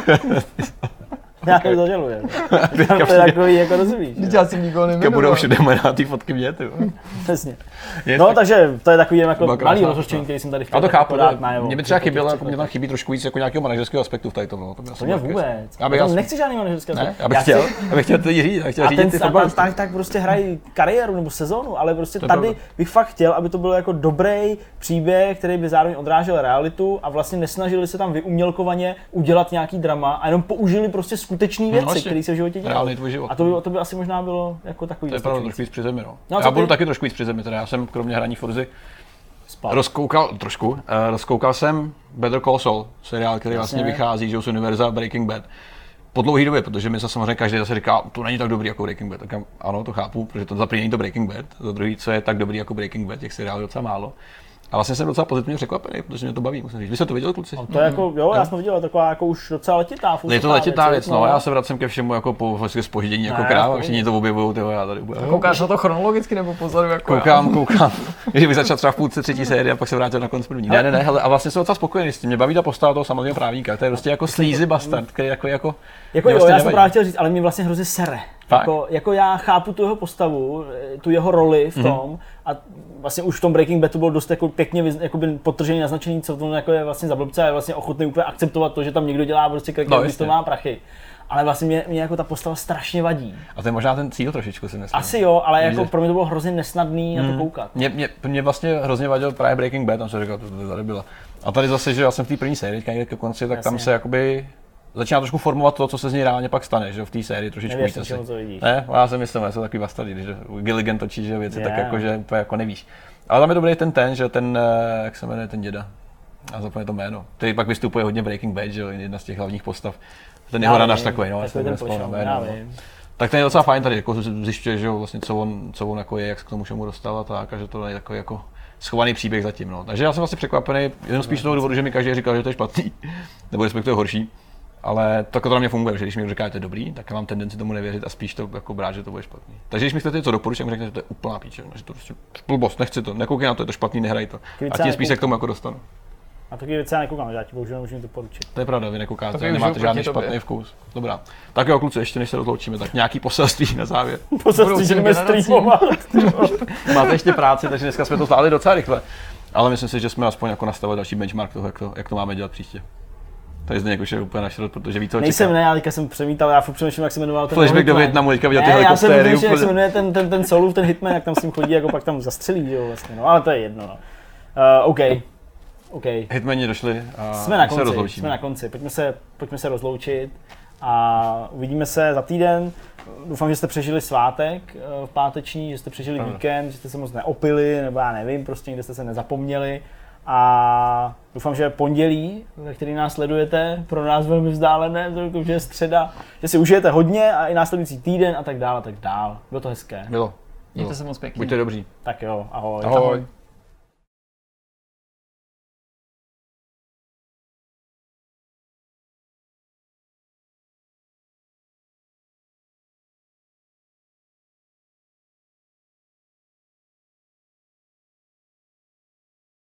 Já to zažaluji. To je takový, jako rozumíš. Teď já jsem nikoho nemenoval. Budou všude jmenovat ty fotky mě, ty. Přesně. No, takže to je takový jako malý rozhořčení, který jsem tady chtěl dát najevo. Mě by třeba chybělo, jako mě tam chybí trošku víc jako nějakého manažerského aspektu v tady tom. To mě vůbec. Já nechci žádný manažerský aspekt. Já bych chtěl teď říct, chtěl řídit ty fotbalisty. Tak prostě hrají kariéru nebo sezónu, ale prostě tady bych fakt chtěl, aby to byl jako dobrý příběh, který by zároveň odrážel realitu a vlastně nesnažili se tam vyumělkovaně udělat nějaký drama a jenom použili prostě skutečné věci, které se v životě dělají. A to by asi možná bylo jako takový. To je pravda trošku víc při zemi, no. Já budu taky trošku víc při zemi, teda já jsem kromě hraní Forzy rozkoukal jsem Better Call Saul, seriál, který vlastně vychází z univerza Breaking Bad. Po dlouhé době, protože mi se samozřejmě každý zase říká, to není tak dobrý jako Breaking Bad. Tak ano, to chápu, protože to za první není to Breaking Bad, za druhý, co je tak dobrý jako Breaking Bad, těch seriálů docela málo. A vlastně jsem docela pozitivně překvapený, protože mě to baví, musím říct. Vy jste to viděli, kluci? No to je jako, jo, já jsem to viděl, taková jako už docela letitá. Je to letitá věc, no, já se vracím ke všemu jako po zpoždění jako kráva, všichni to objevují, tyho, já tady úplně. Koukáš na to chronologicky nebo pozadu jako koukám. Když bych začal třeba v půlce třetí série a pak se vrátil na konec první. Ne, hele, a vlastně jsem docela spokojený s tím. Mě baví ta postava toho samozřejmě právníka, to je prostě jako sleazy bastard, který jako jo, já jsem právě chtěl říct, ale mě vlastně hrozně sere. Jako já chápu tu jeho postavu, tu jeho roli v tom a vlastně už v tom Breaking Badu bylo dost jako pěkně podtržený, naznačený, co to jako je vlastně za blbce a je vlastně ochotný úplně akceptovat to, že tam někdo dělá prostě krek, když to má prachy. Ale vlastně mě jako ta postava strašně vadí. A to je možná ten cíl trošičku, si myslím. Asi jo, ale jako pro mě to bylo hrozně nesnadný na to koukat. Mě vlastně hrozně vadil právě Breaking Bad, tam jsem říkal, to tady byla. A tady zase, že já jsem v té první sérii, někde ke konci, tak tam se jakoby začíná trošku formovat to, co se z něj reálně pak stane, že v té sérii trošičku víc asi. Ne, já si myslím, že jsou takový bastardi, že Gilligan točí že věci tak jako, že úplně jako nevíš. Ale tam je dobrý že ten, jak se jmenuje ten děda, já zapomněl to jméno, který pak vystupuje hodně Breaking Bad, že jo, jedna z těch hlavních postav. Ten jeho ranař takový, no, já jsem nespomněl jméno. Tak ten je docela fajn tady, jako zjišťuje, že jo, vlastně co on jako je, jak se k tomu všemu dostal a tak, a že to je takový jako schovaný příběh zatím, no. Takže já jsem vlastně překvapený, jenom spíš z toho důvodu, že mi každý říkal, že to je špatný, nebo respektive horší. Ale to na mě funguje, že když mi říká, že to je dobrý, tak já mám tendenci tomu nevěřit a spíš to jako brát, že to bude špatný. Takže když mi chcete něco doporučit, tak mi řeknete, že to je úplná píčevina, že to prostě blbost, nechci to, nekoukej na to, je to špatný, nehraj to. A tím spíš se k tomu jako dostanu. A taky věci já nekoukám, že já ti bohužel nemůžu to poručit. To je pravda, vy nekoukáte, nemáte žádný špatný vkus. Dobrá. Tak jo, kluci, ještě než se rozloučíme, tak nějaký poselství na závěr. Poselství, že jdeme streamovat. Máte ještě práci, takže dneska jsme to zvládli docela rychle. Ale myslím si, že jsme aspoň jako nastavili další benchmark toho, jak to máme dělat příště. Tady Zdeněk už je úplně na šrot, protože ví, co nejsem, ne, já teďka jsem přemítal, já furt přemýšlím, jak se jmenoval ten Flashback do Vietnamu, teďka viděl ty helikoptéry. Já jsem jak se jmenuje ten Soulův, ten Hitman, jak tam s ním chodí, jako pak tam zastřelí, jo, vlastně, no, ale to je jedno, no. OK. Hitmani došli a jsme na konci, pojďme se rozloučit a uvidíme se za týden. Doufám, že jste přežili svátek v páteční, že jste přežili víkend, že jste se moc neopili, nebo já nevím, prostě někde jste se nezapomněli. A doufám, že pondělí, ve který nás sledujete, pro nás velmi vzdálené, protože je středa, že si užijete hodně a i následující týden a tak dál a tak dál. Bylo to hezké. Bylo. Mějte se moc pěkně. Buďte dobří. Tak jo, ahoj. Ahoj.